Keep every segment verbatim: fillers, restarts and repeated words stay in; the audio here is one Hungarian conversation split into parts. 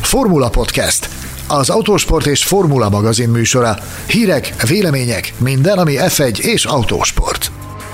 Formula Podcast, az autósport és formula magazin műsora. Hírek, vélemények, minden, ami ef egy és autósport.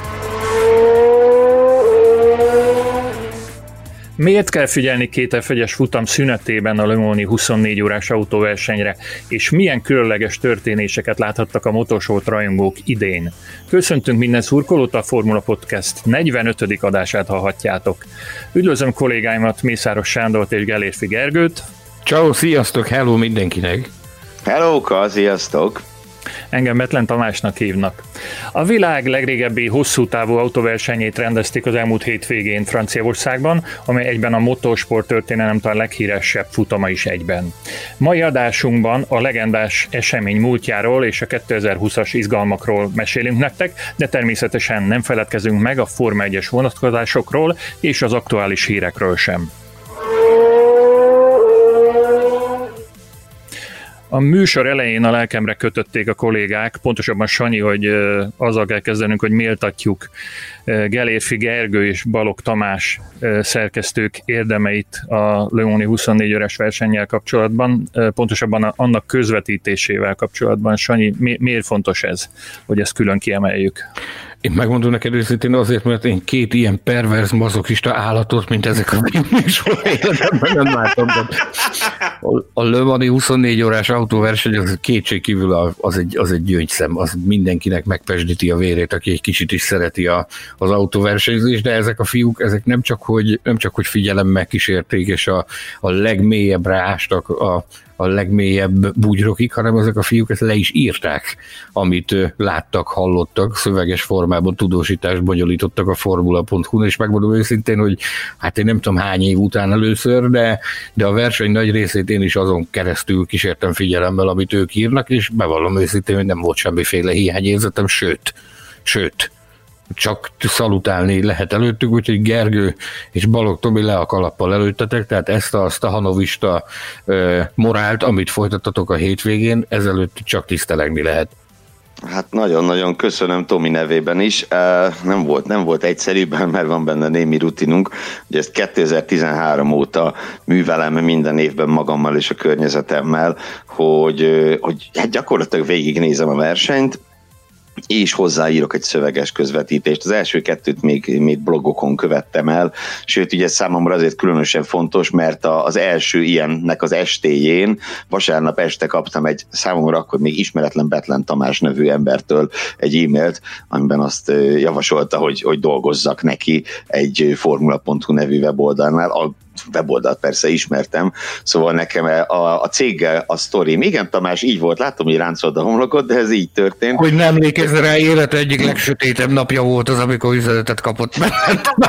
Miért kell figyelni két ef egyes futam szünetében a Le Mans-i huszonnégy órás autóversenyre, és milyen különleges történéseket láthattak a motorsport rajongók idén? Köszöntünk minden szurkolót, a Formula Podcast negyvenötödik adását hallhatjátok. Üdvözlöm kollégáimat, Mészáros Sándort és Gellérfi Gergőt. Ciao, sziasztok, hello mindenkinek! Hellóka, sziasztok! Engem Betlen Tamásnak hívnak. A világ legrégebbi hosszú távú autóversenyét rendezték az elmúlt hétvégén Franciaországban, amely egyben a motorsport történelem talán leghíresebb futama is egyben. Mai adásunkban a legendás esemény múltjáról és a kétezer-húszas izgalmakról mesélünk nektek, de természetesen nem feledkezünk meg a Forma egyes vonatkozásokról és az aktuális hírekről sem. A műsor elején a lelkemre kötötték a kollégák, pontosabban Sanyi, hogy azzal kell kezdenünk, hogy méltatjuk Gellérfi Gergő és Balogh Tamás szerkesztők érdemeit a Le Mans-i huszonnégy órás versennyel kapcsolatban, pontosabban annak közvetítésével kapcsolatban. Sanyi, mi, miért fontos ez, hogy ezt külön kiemeljük? Én megmondom neked őszintén azért, mert én két ilyen perverz mazochista állatot, mint ezek a műsor életemben nem látom. A Le Mans-i huszonnégy órás autóverseny az kétségkívül az egy, az egy gyöngyszem, az mindenkinek megpesdíti a vérét, aki egy kicsit is szereti a, az autóversenyzést, de ezek a fiúk, ezek nem csak, hogy, nem csak, hogy figyelemmel kísérték, és a, a legmélyebbre ástak a a legmélyebb bugyrokig, hanem ezek a fiúk ezt le is írták, amit láttak, hallottak, szöveges formában tudósítást bonyolítottak a formula pont hu-n, és megmondom őszintén, hogy hát én nem tudom hány év után először, de, de a verseny nagy részét én is azon keresztül kísértem figyelemmel, amit ők írnak, és bevallom őszintén, hogy nem volt semmiféle hiányérzetem, sőt, sőt, csak szalutálni lehet előttük, úgyhogy Gergő és Balogh Tomi le a kalappal előttetek, tehát ezt a, azt a hanovista uh, morált, amit folytattatok a hétvégén, ezelőtt csak tisztelegni lehet. Hát nagyon-nagyon köszönöm Tomi nevében is. Nem volt, nem volt egyszerűbben, mert van benne némi rutinunk. Ugye ezt kétezer-tizenhárom óta művelem minden évben magammal és a környezetemmel, hogy, hogy hát gyakorlatilag végignézem a versenyt, és hozzáírok egy szöveges közvetítést. Az első kettőt még, még blogokon követtem el, sőt, ugye számomra azért különösen fontos, mert az első ilyennek az estéjén, vasárnap este kaptam egy számomra akkor még ismeretlen Betlen Tamás nevű embertől egy e-mailt, amiben azt javasolta, hogy, hogy dolgozzak neki egy formula pont hu nevű weboldalnál. A weboldalt persze ismertem, szóval nekem a, a céggel a sztorim. Igen, Tamás, így volt, látom, hogy ráncolt a homlokot, de ez így történt. Hogy nem emlékezz rá, élete egyik legsötétebb napja volt az, amikor üzenetet kapott meg.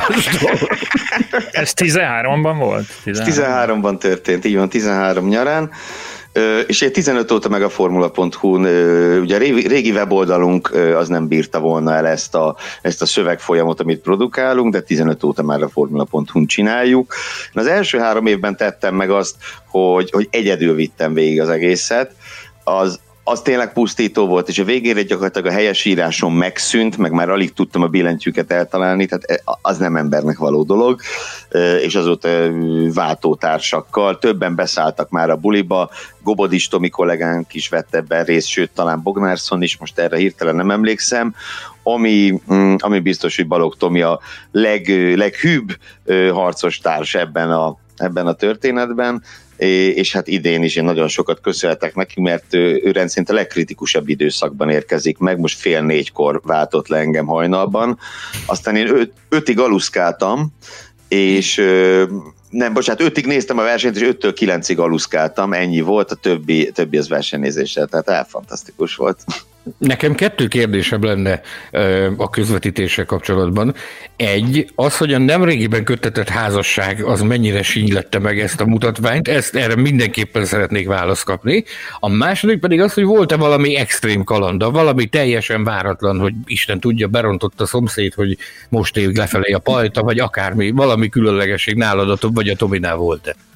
Ez tizenháromban volt? tizenhárom. tizenháromban történt, így van, tizenhárom nyarán. És én tizenöt óta meg a formula pont hu-n, ugye a régi, régi weboldalunk az nem bírta volna el ezt a, ezt a szövegfolyamot, amit produkálunk, de tizenöt óta már a formula pont hu-n csináljuk. Az első három évben tettem meg azt, hogy, hogy egyedül vittem végig az egészet, az az tényleg pusztító volt, és a végére gyakorlatilag a helyesírásom megszűnt, meg már alig tudtam a billentyűket eltalálni, tehát az nem embernek való dolog, és azóta váltótársakkal többen beszálltak már a buliba, Gobodis Tomi kollégánk is vett ebben részt, sőt talán Bognárszon is, most erre hirtelen nem emlékszem, ami, ami biztos, hogy Balogh Tomi a leg, leghűbb harcos társ ebben a, ebben a történetben, és hát idén is én nagyon sokat köszönhetek neki, mert ő, ő rendszerint a legkritikusabb időszakban érkezik meg, most fél négykor váltott le engem hajnalban, aztán én öt, ötig aluszkáltam, és nem, bocsánat, ötig néztem a versenyt, és öttől kilencig aluszkáltam, ennyi volt, a többi, többi az versenynézéssel, tehát elfantasztikus volt. Nekem kettő kérdésem lenne a közvetítéssel kapcsolatban. Egy, az, hogy a nemrégiben köttetett házasság az mennyire sínylette meg ezt a mutatványt, ezt erre mindenképpen szeretnék választ kapni. A második pedig az, hogy volt-e valami extrém kalanda, valami teljesen váratlan, hogy Isten tudja, berontott a szomszéd, hogy most ég lefelé a pajta, vagy akármi, valami különlegesség nálad, vagy a Tominál volt-e?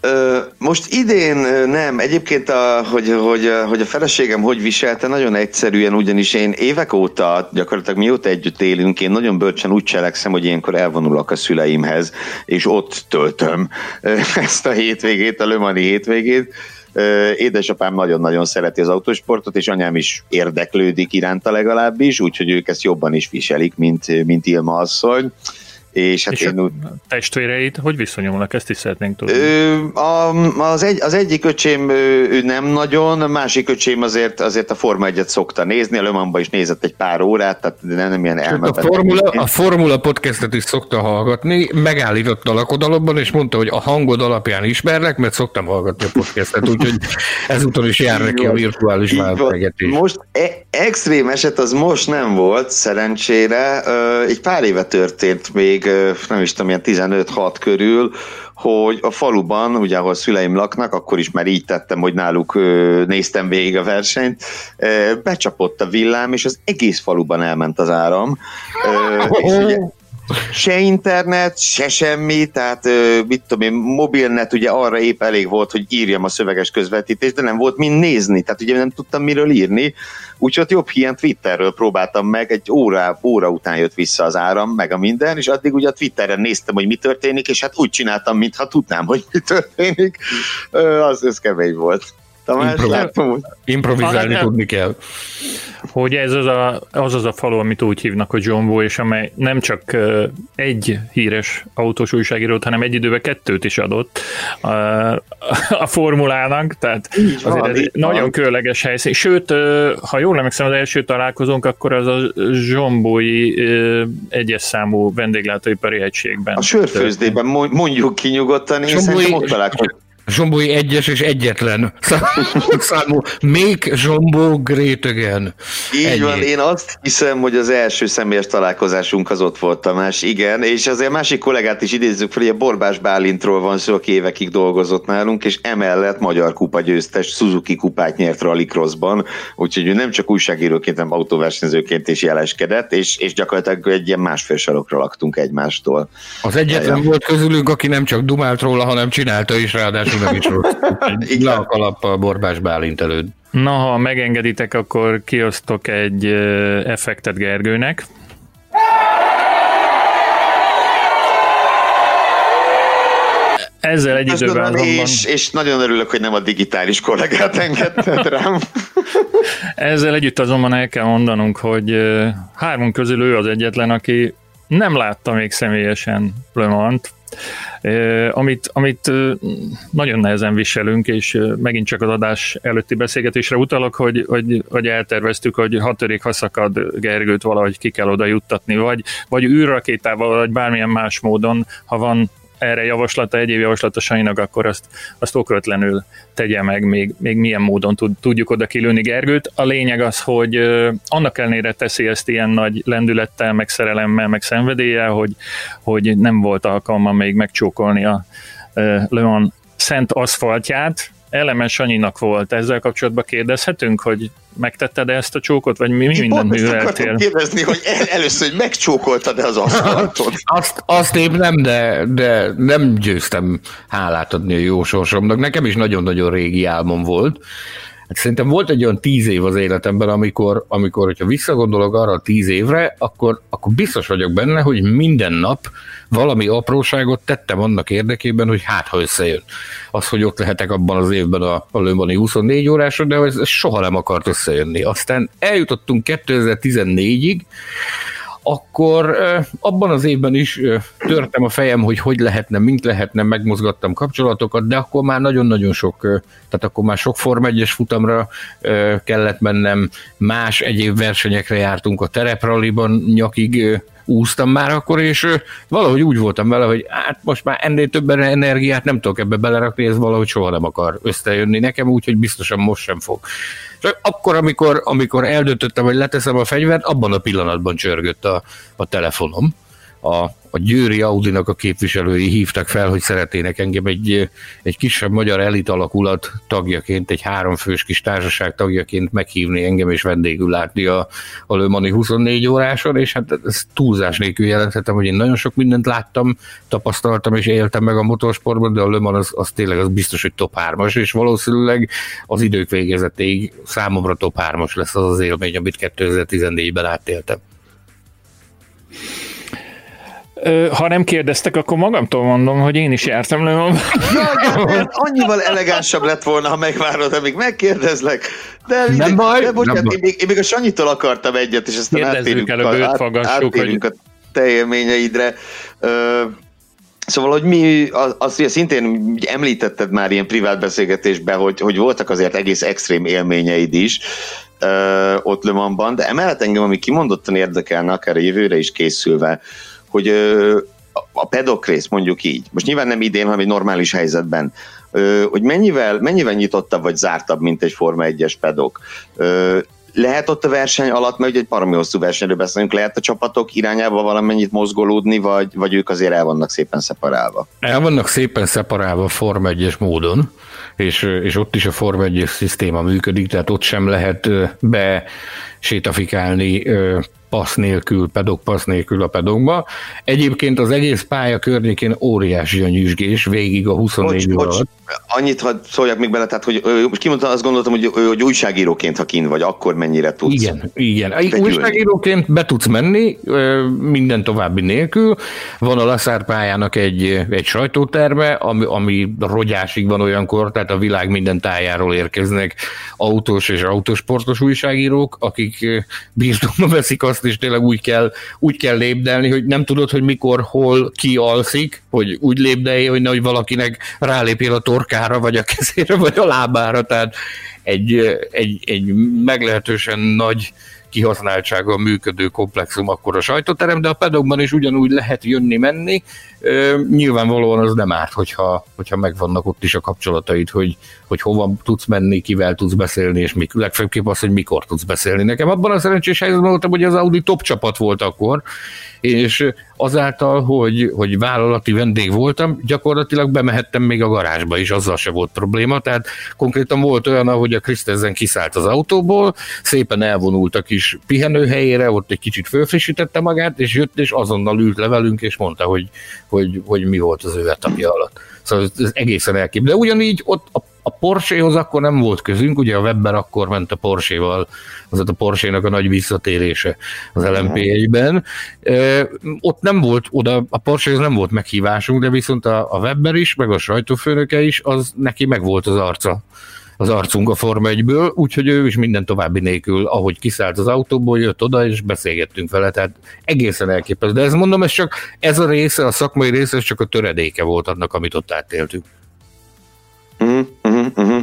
Most idén nem. Egyébként, a, hogy, hogy, hogy a feleségem hogy viselte, nagyon egyszerűen, ugyanis én évek óta, gyakorlatilag mióta együtt élünk, én nagyon bölcsen úgy cselekszem, hogy ilyenkor elvonulok a szüleimhez, és ott töltöm ezt a hétvégét, a Le Mans-i hétvégét. Édesapám nagyon-nagyon szereti az autósportot, és anyám is érdeklődik iránta legalábbis, úgyhogy ők ezt jobban is viselik, mint, mint Ilma asszony. És, hát és én a testvéreid hogy viszonyulnak? Ezt is szeretnénk tudni. Ö, a, az, egy, az egyik öcsém ő nem nagyon, a másik öcsém azért, azért a Forma egyet szokta nézni, a Le Mans-ba is nézett egy pár órát, tehát nem, nem ilyen elmebeteg. A Formula, a Formula podcastet is szokta hallgatni, megállított a lakodalomban, és mondta, hogy a hangod alapján ismerlek, mert szoktam hallgatni a podcastet, úgyhogy ezúton is jár neki a virtuális váltogatés. Most e- extrém eset az most nem volt, szerencsére. Egy pár éve történt még, nem is tudom, ilyen tizenöt-hat körül, hogy a faluban, ugye ahol szüleim laknak, akkor is már így tettem, hogy náluk néztem végig a versenyt, becsapott a villám, és az egész faluban elment az áram. És ugye se internet, se semmi, tehát mit tudom én, mobilnet ugye arra épp elég volt, hogy írjam a szöveges közvetítést, de nem volt mind nézni, tehát ugye nem tudtam miről írni, úgyhogy jobb hiány Twitterről próbáltam meg, egy óra, óra után jött vissza az áram, meg a minden, és addig ugye a Twitteren néztem, hogy mi történik, és hát úgy csináltam, mintha tudnám, hogy mi történik, az, ez kemény volt. Tamás, Improvizál, improvizálni tudni kell. Hogy ez az, a, az az a falu, amit úgy hívnak, hogy Zsombó, és amely nem csak uh, egy híres autós újságírót, hanem egy időben kettőt is adott uh, a formulának, tehát van, azért ez nagyon van. Különleges helyszín. Sőt, uh, ha jól emlékszem, az első találkozónk, akkor az a zsombói uh, egyes számú vendéglátóipari egységben. A sörfőzdében mondjuk ki nyugodtan, én szerintem ott találkozunk. Zsombói egyes és egyetlen számú. Make Zsombó great again. Így Ennyi. Van, én azt hiszem, hogy az első személyes találkozásunk az ott volt, Tamás, igen, és azért másik kollégát is idézzük fel, hogy a Borbás Bálintról van szó, aki évekig dolgozott nálunk, és emellett magyar kupa győztes, Suzuki kupát nyert rallycrossban, úgyhogy ő nem csak újságíróként, hanem autóversenyzőként is jeleskedett, és, és gyakorlatilag egy ilyen másfél sarokra laktunk egymástól. Az egyetlen volt közülünk, aki nem csak dumált róla, hanem csinálta is, ráadásul nem is rossz. Le a kalappal Borbás Bálint előtt. Na, ha megengeditek, akkor kiosztok egy uh, effektet Gergőnek. Ezzel egy időben azonban... És, és nagyon örülök, hogy nem a digitális kollégát engedted rám. Ezzel együtt azonban el kell mondanunk, hogy uh, hármunk közül ő az egyetlen, aki nem látta még személyesen Le Mans-t, Uh, amit, amit uh, nagyon nehezen viselünk, és uh, megint csak az adás előtti beszélgetésre utalok, hogy, hogy, hogy elterveztük, hogy hatodik ha szakad Gergőt valahogy ki kell oda juttatni, vagy, vagy űrrakétával, vagy bármilyen más módon, ha van erre javaslata, egyéb javaslata Sanyinak, akkor azt, azt okvetlenül tegye meg, még, még milyen módon tud, tudjuk oda kilőni Gergőt. A lényeg az, hogy uh, annak ellenére teszi ezt ilyen nagy lendülettel, meg szerelemmel, meg szenvedéllyel, hogy, hogy nem volt alkalma még megcsókolni a uh, Le Mans szent aszfaltját. Eleme Sanyinak volt. Ezzel kapcsolatban kérdezhetünk, hogy megtetted ezt a csókot, vagy mi, mi mindent műveltél? Kérdezni, hogy el, először, hogy megcsókoltad-e az aszfaltot? azt, azt épp nem, de, de nem győztem hálát adni a jó sorsomnak. Nekem is nagyon-nagyon régi álmom volt. Hát szerintem volt egy olyan tíz év az életemben, amikor, amikor hogyha visszagondolok arra a tíz évre, akkor, akkor biztos vagyok benne, hogy minden nap valami apróságot tettem annak érdekében, hogy hát ha összejön. Az, hogy ott lehetek abban az évben a, a Le Mans-i huszonnégy órásra, de ez, ez soha nem akart összejönni. Aztán eljutottunk kétezer-tizennégyig, akkor abban az évben is törtem a fejem, hogy hogy lehetne, mint lehetne, megmozgattam kapcsolatokat, de akkor már nagyon-nagyon sok, tehát akkor már sok Forma egyes futamra kellett mennem, más egyéb versenyekre jártunk, a terepralliban nyakig úsztam már akkor, és valahogy úgy voltam vele, hogy hát most már ennél több energiát nem tudok ebbe belerakni, ez valahogy soha nem akar összejönni nekem, úgyhogy biztosan most sem fog. És akkor, amikor, amikor eldöntöttem, hogy leteszem a fegyvert, abban a pillanatban csörgött a, a telefonom, a, a győri Audinak a képviselői hívtak fel, hogy szeretnének engem egy, egy kisebb magyar elit alakulat tagjaként, egy háromfős kis társaság tagjaként meghívni engem és vendégül látni a, a Le Mans-i huszonnégy óráson, és hát ez túlzás nélkül jelenthetem, hogy én nagyon sok mindent láttam, tapasztaltam és éltem meg a motorsportban, de a Le Mans az, az tényleg az biztos, hogy top hármas, és valószínűleg az idők végezetéig számomra top hármas lesz az az élmény, amit kétezer-tizennégyben átéltem. Ha nem kérdeztek, akkor magamtól mondom, hogy én is jártam Le Mans. Jaj, annyival elegánsabb lett volna, ha megvárod, amíg megkérdezlek. De nem mindegy, baj, de bocsánat, nem én, még, én még a Sanyitól akartam egyet, és aztán kérdezzük áttérünk, előbb, át, áttérünk hogy... a te élményeidre. Ö, Szóval, hogy mi, azt ugye szintén említetted már ilyen privát beszélgetésben, hogy, hogy voltak azért egész extrém élményeid is ö, ott Le Mansban, de emellett engem, ami kimondottan érdekelne, akár a jövőre is készülve, hogy ö, a pedok rész, mondjuk így, most nyilván nem idén, hanem egy normális helyzetben, ö, hogy mennyivel, mennyivel nyitottabb vagy zártabb, mint egy Forma egyes pedok. Ö, Lehet ott a verseny alatt, mert ugye egy baromi hosszú versenyről beszélünk, lehet a csapatok irányába valamennyit mozgolódni, vagy, vagy ők azért el vannak szépen szeparálva? El vannak szépen szeparálva Forma egyes módon, és, és ott is a Forma egyes szisztéma működik, tehát ott sem lehet be sétafikálni passz nélkül, pedok passz nélkül a pedokba. Egyébként az egész pálya környékén óriási a nyüzsgés, végig a huszonnégy óra alatt. Annyit hadd szóljak még bele, tehát hogy most kimondtam, azt gondoltam, hogy, hogy újságíróként, ha kint vagy, akkor mennyire tudsz. Igen, igen. Újságíróként be tudsz menni, minden további nélkül. Van a Lassard pályának egy, egy sajtóterme, ami, ami rogyásig van olyankor, tehát a világ minden tájáról érkeznek autós és autósportos újságírók, akik birtokba veszik azt, és tényleg úgy kell, úgy kell lépdelni, hogy nem tudod, hogy mikor, hol, ki alszik, hogy úgy lépdelj, hogy nehogy valakinek rálépjél a torkára, vagy a kezére, vagy a lábára, tehát egy, egy, egy meglehetősen nagy kihasználtsággal működő komplexum akkor a sajtóterem, de a pedokban is ugyanúgy lehet jönni-menni. Nyilvánvalóan az nem árt, hogyha, hogyha megvannak ott is a kapcsolataid, hogy, hogy hova tudsz menni, kivel tudsz beszélni, és mik, legfőbbképp az, hogy mikor tudsz beszélni. Nekem abban a szerencsés helyzetben voltam, hogy az Audi top csapat volt akkor, és azáltal, hogy, hogy vállalati vendég voltam, gyakorlatilag bemehettem még a garázsba is, azzal se volt probléma, tehát konkrétan volt olyan, ahogy a Christensen kiszállt az autóból, szépen elvonult a kis pihenőhelyére, ott egy kicsit fölfrissítette magát, és jött, és azonnal ült le velünk, és mondta, hogy, hogy, hogy mi volt az ő etapja alatt. Szóval ez egészen elkép. De ugyanígy ott a A Porsche-hoz akkor nem volt közünk, ugye a Webber akkor ment a Porsche-val, az a Porsche-nak a nagy visszatérése az el em pé egyben. E, ott nem volt, oda a Porsche-hoz nem volt meghívásunk, de viszont a, a Webber is, meg a sajtófőnöke is, az neki meg volt az arca, az arcunk a Forma egyből, úgyhogy ő is minden további nélkül, ahogy kiszállt az autóból, jött oda, és beszélgettünk vele, tehát egészen elképesztő. De ezt mondom, ez csak ez a része, a szakmai része, ez csak a töredéke volt annak, amit ott átéltünk. Uh-huh, uh-huh, uh-huh.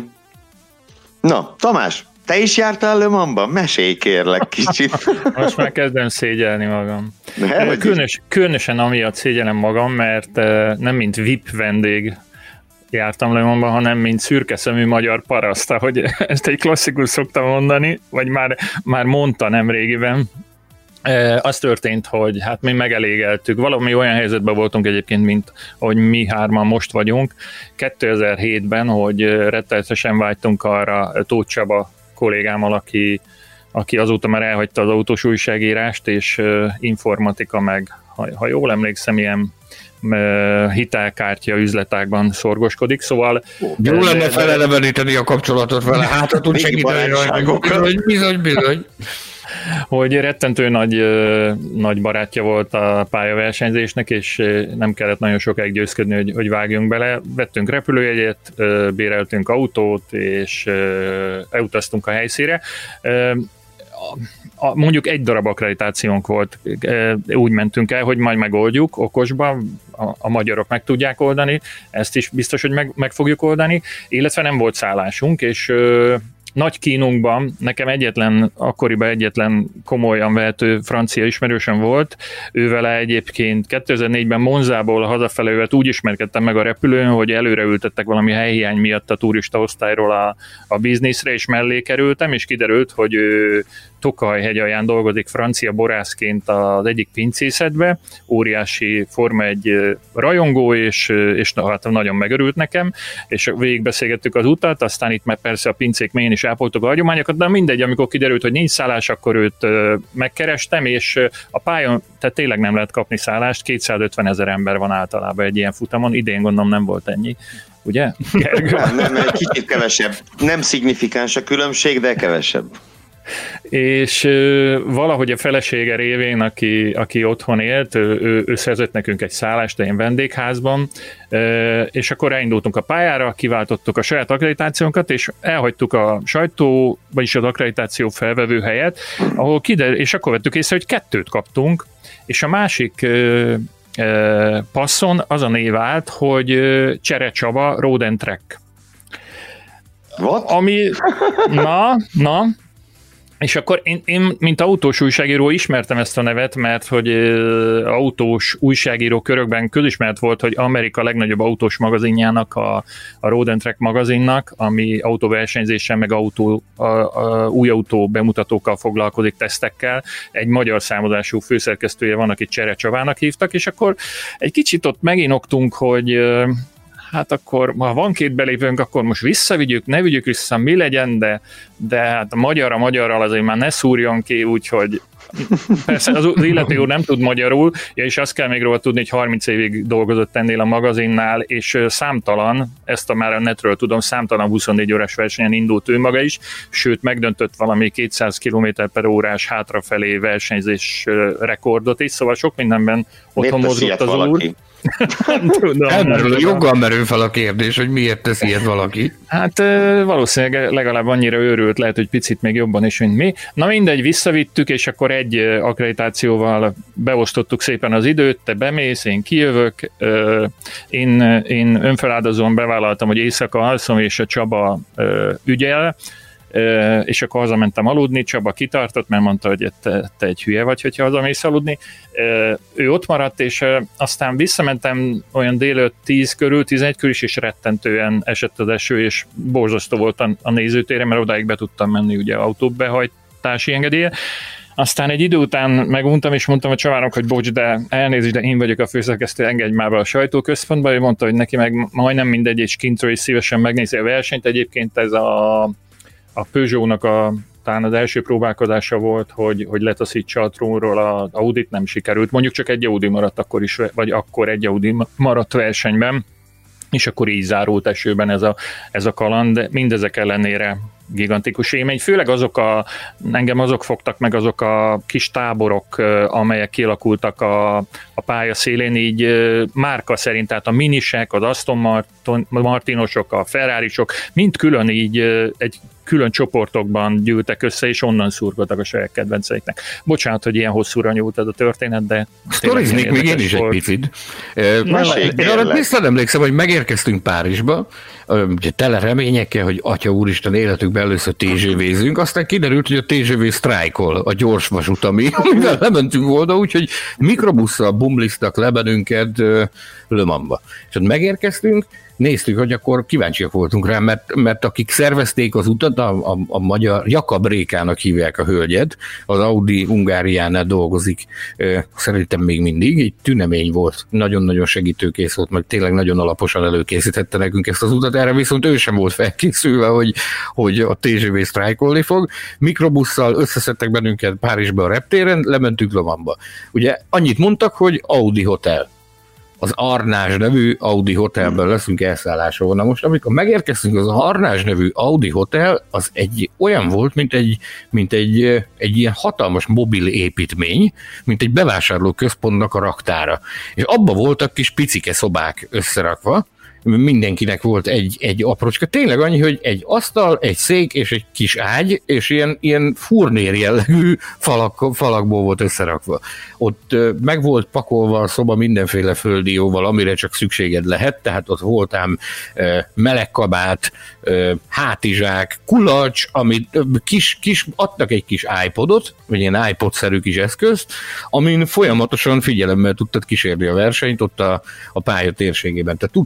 Na, Tamás, te is jártál Le Mansban? Mesélj kérlek kicsit. Most már kezdem szégyelni magam. Ne, Különös, különösen amiatt szégyellem magam, mert nem mint vé i pé vendég jártam Le Mansban, hanem mint szürkeszemű magyar paraszt, hogy ezt egy klasszikus szoktam mondani, vagy már, már mondta nemrégiben. E, az történt, hogy hát mi megelégeltük, valami olyan helyzetben voltunk egyébként, mint ahogy mi hárman most vagyunk, kétezer-hétben, hogy rettenetesen vágytunk arra Tóth Csaba kollégámmal, aki, aki azóta már elhagyta az autós újságírást, és uh, informatika meg, ha, ha jól emlékszem, ilyen uh, hitelkártya üzletágban szorgoskodik, szóval... Jó lenne feleleveníteni a kapcsolatot vele, hát ha tud segíteni rajta, bizony, bizony. Hogy rettentő nagy, nagy barátja volt a pályaversenyzésnek, és nem kellett nagyon sokáig győzködni, hogy, hogy vágjunk bele. Vettünk repülőjegyet, béreltünk autót, és elutaztunk a helyszínre. Mondjuk egy darab akkreditációnk volt, úgy mentünk el, hogy majd megoldjuk okosban, a, a magyarok meg tudják oldani, ezt is biztos, hogy meg, meg fogjuk oldani, illetve nem volt szállásunk, és nagy kínunkban nekem egyetlen, akkoriban egyetlen komolyan vehető francia ismerősöm volt, ővele egyébként kétezer-négyben Monzából hazafelé úgy ismerkedtem meg a repülőn, hogy előre ültettek valami helyhiány miatt a turista osztályról a, a bizniszre, és mellé kerültem, és kiderült, hogy ő Tokaj hegyalján dolgozik francia borászként az egyik pincészetbe, óriási Forma egy rajongó, és, és hát nagyon megörült nekem, és végigbeszélgettük az utat, aztán itt már persze a pincék mélyén is ápoltuk a hagyományokat, de mindegy, amikor kiderült, hogy nincs szállás, akkor őt megkerestem, és a pályán, tehát tényleg nem lehet kapni szállást, kétszázötven ezer ember van általában egy ilyen futamon, idén gondolom nem volt ennyi. Ugye? Nem, nem, egy kicsit kevesebb. Nem szignifikáns a különbség, de kevesebb. És ö, valahogy a felesége révén, aki, aki otthon élt, ő, ő, ő szerzett nekünk egy szállást én vendégházban, ö, és akkor elindultunk a pályára, kiváltottuk a saját akkreditációnkat, és elhagytuk a sajtó, vagyis az akkreditáció felvevő helyet, ahol kiderül, és akkor vettük észre, hogy kettőt kaptunk, és a másik ö, ö, passzon az a név állt, hogy ö, Csere Csaba Road and Track. What? Ami, na, na, és akkor én, én, mint autós újságíró ismertem ezt a nevet, mert hogy ö, autós újságíró körökben közismert volt, hogy Amerika legnagyobb autós magazinjának, a, a Road and Track magazinnak, ami autóversenyzéssel, meg autó, a, a, új autó bemutatókkal foglalkozik, tesztekkel, egy magyar számozású főszerkesztője van, akit Csere Csavának hívtak, és akkor egy kicsit ott meginoktunk, hogy ö, hát akkor, ha van két belépőnk, akkor most visszavigyük, ne vigyük vissza, mi legyen, de, de hát a magyar a magyarral azért már ne szúrjon ki, úgyhogy persze az, az illető úr nem tud magyarul, és azt kell még róla tudni, hogy harminc évig dolgozott ennél a magazinnál, és számtalan, ezt a már a netről tudom, számtalan huszonnégy órás versenyen indult ő maga is, sőt megdöntött valami kétszáz kilométer per órás hátrafelé versenyzés rekordot is, szóval sok mindenben otthon mozgott az valaki? Úr. Nem tudom. Elmerül, joggal merül fel a kérdés, hogy miért tesz ilyet valaki. Hát valószínűleg legalább annyira őrült, lehet, hogy picit még jobban is, mint mi. Na mindegy, visszavittük, és akkor egy akkreditációval beosztottuk szépen az időt, te bemész, én kijövök, én, én önfeláldozóan bevállaltam, hogy éjszaka alszom, és a Csaba ügyel, és akkor hazamentem aludni, Csaba kitartott, mert mondta, hogy te, te egy hülye vagy, hogyha hazamész aludni. Ő ott maradt, és aztán visszamentem olyan délőtt tíz körül, tizenegy körül is, és rettentően esett az eső, és borzasztó volt a, a nézőtére, mert odáig be tudtam menni ugye autóbehajtási engedélye. Aztán egy idő után meguntam, és mondtam a Csavának, hogy bocs, de elnézést, de én vagyok a főszerkesztő, engedj már be a sajtóközpontba. Ő mondta, hogy neki meg majdnem mindegy, és kintről is szívesen megnézi a versenyt. Egyébként ez a A Peugeot-nak a, talán az első próbálkozása volt, hogy, hogy letaszítsa a trónról az Audit, nem sikerült. Mondjuk csak egy Audi maradt akkor is, vagy akkor egy Audi maradt versenyben, és akkor így zárult esőben ez a, ez a kaland, de mindezek ellenére gigantikus élmény. Főleg azok a, engem azok fogtak meg azok a kis táborok, amelyek kialakultak a, a pálya szélén, így márka szerint, tehát a minisek, az Aston Martin, Martinosok, a Ferrarisok, mind külön így egy külön csoportokban gyűltek össze, és onnan szurkoltak a saját kedvenceiknek. Bocsánat, hogy ilyen hosszúra nyúlt ez a történet, de... Sztoriznék még én is volt. Egy picit. Én arra tisztán emlékszem, hogy megérkeztünk Párizsba, ugye tele reményekkel, hogy Atya úristen, életükben először té zé vézünk, aztán kiderült, hogy a té zé vé sztrájkol, a gyorsvasút, amivel lementünk volna, úgyhogy mikrobusszal bumliztak le bennünket Le Mansba. És ott megérkeztünk, néztük, hogy akkor kíváncsiak voltunk rá, mert, mert akik szervezték az utat, a, a, a magyar Jakab Rékának hívják a hölgyet, az Audi Hungáriánál dolgozik, szerintem még mindig, egy tünemény volt, nagyon-nagyon segítőkész volt, meg tényleg nagyon alaposan előkészítette nekünk ezt az utat, erre viszont ő sem volt felkészülve, hogy, hogy a té zé vé sztrájkolni fog. Mikrobusszal összeszedtek bennünket Párizsba a reptéren, lementünk Le Mansba. Ugye annyit mondtak, hogy Audi Hotel. Az Arnázs nevű Audi Hotelben leszünk elszállásolva. Na most, amikor megérkeztünk, az Arnázs nevű Audi Hotel, az egy olyan volt, mint egy, mint egy, egy ilyen hatalmas mobil építmény, mint egy bevásárlóközpontnak a raktára. És abba voltak kis picike szobák összerakva, mindenkinek volt egy, egy aprócska, tényleg annyi, hogy egy asztal, egy szék és egy kis ágy, és ilyen, ilyen furnér jellegű falak, falakból volt összerakva. Ott meg volt pakolva a szoba mindenféle földióval, amire csak szükséged lehet, tehát ott voltám melegkabát, hátizsák, kulacs, amit kis, kis, adtak egy kis iPodot, vagy ilyen iPod-szerű kis eszközt, amin folyamatosan figyelemmel tudtad kísérni a versenyt ott a, a pálya térségében. Tehát tudtál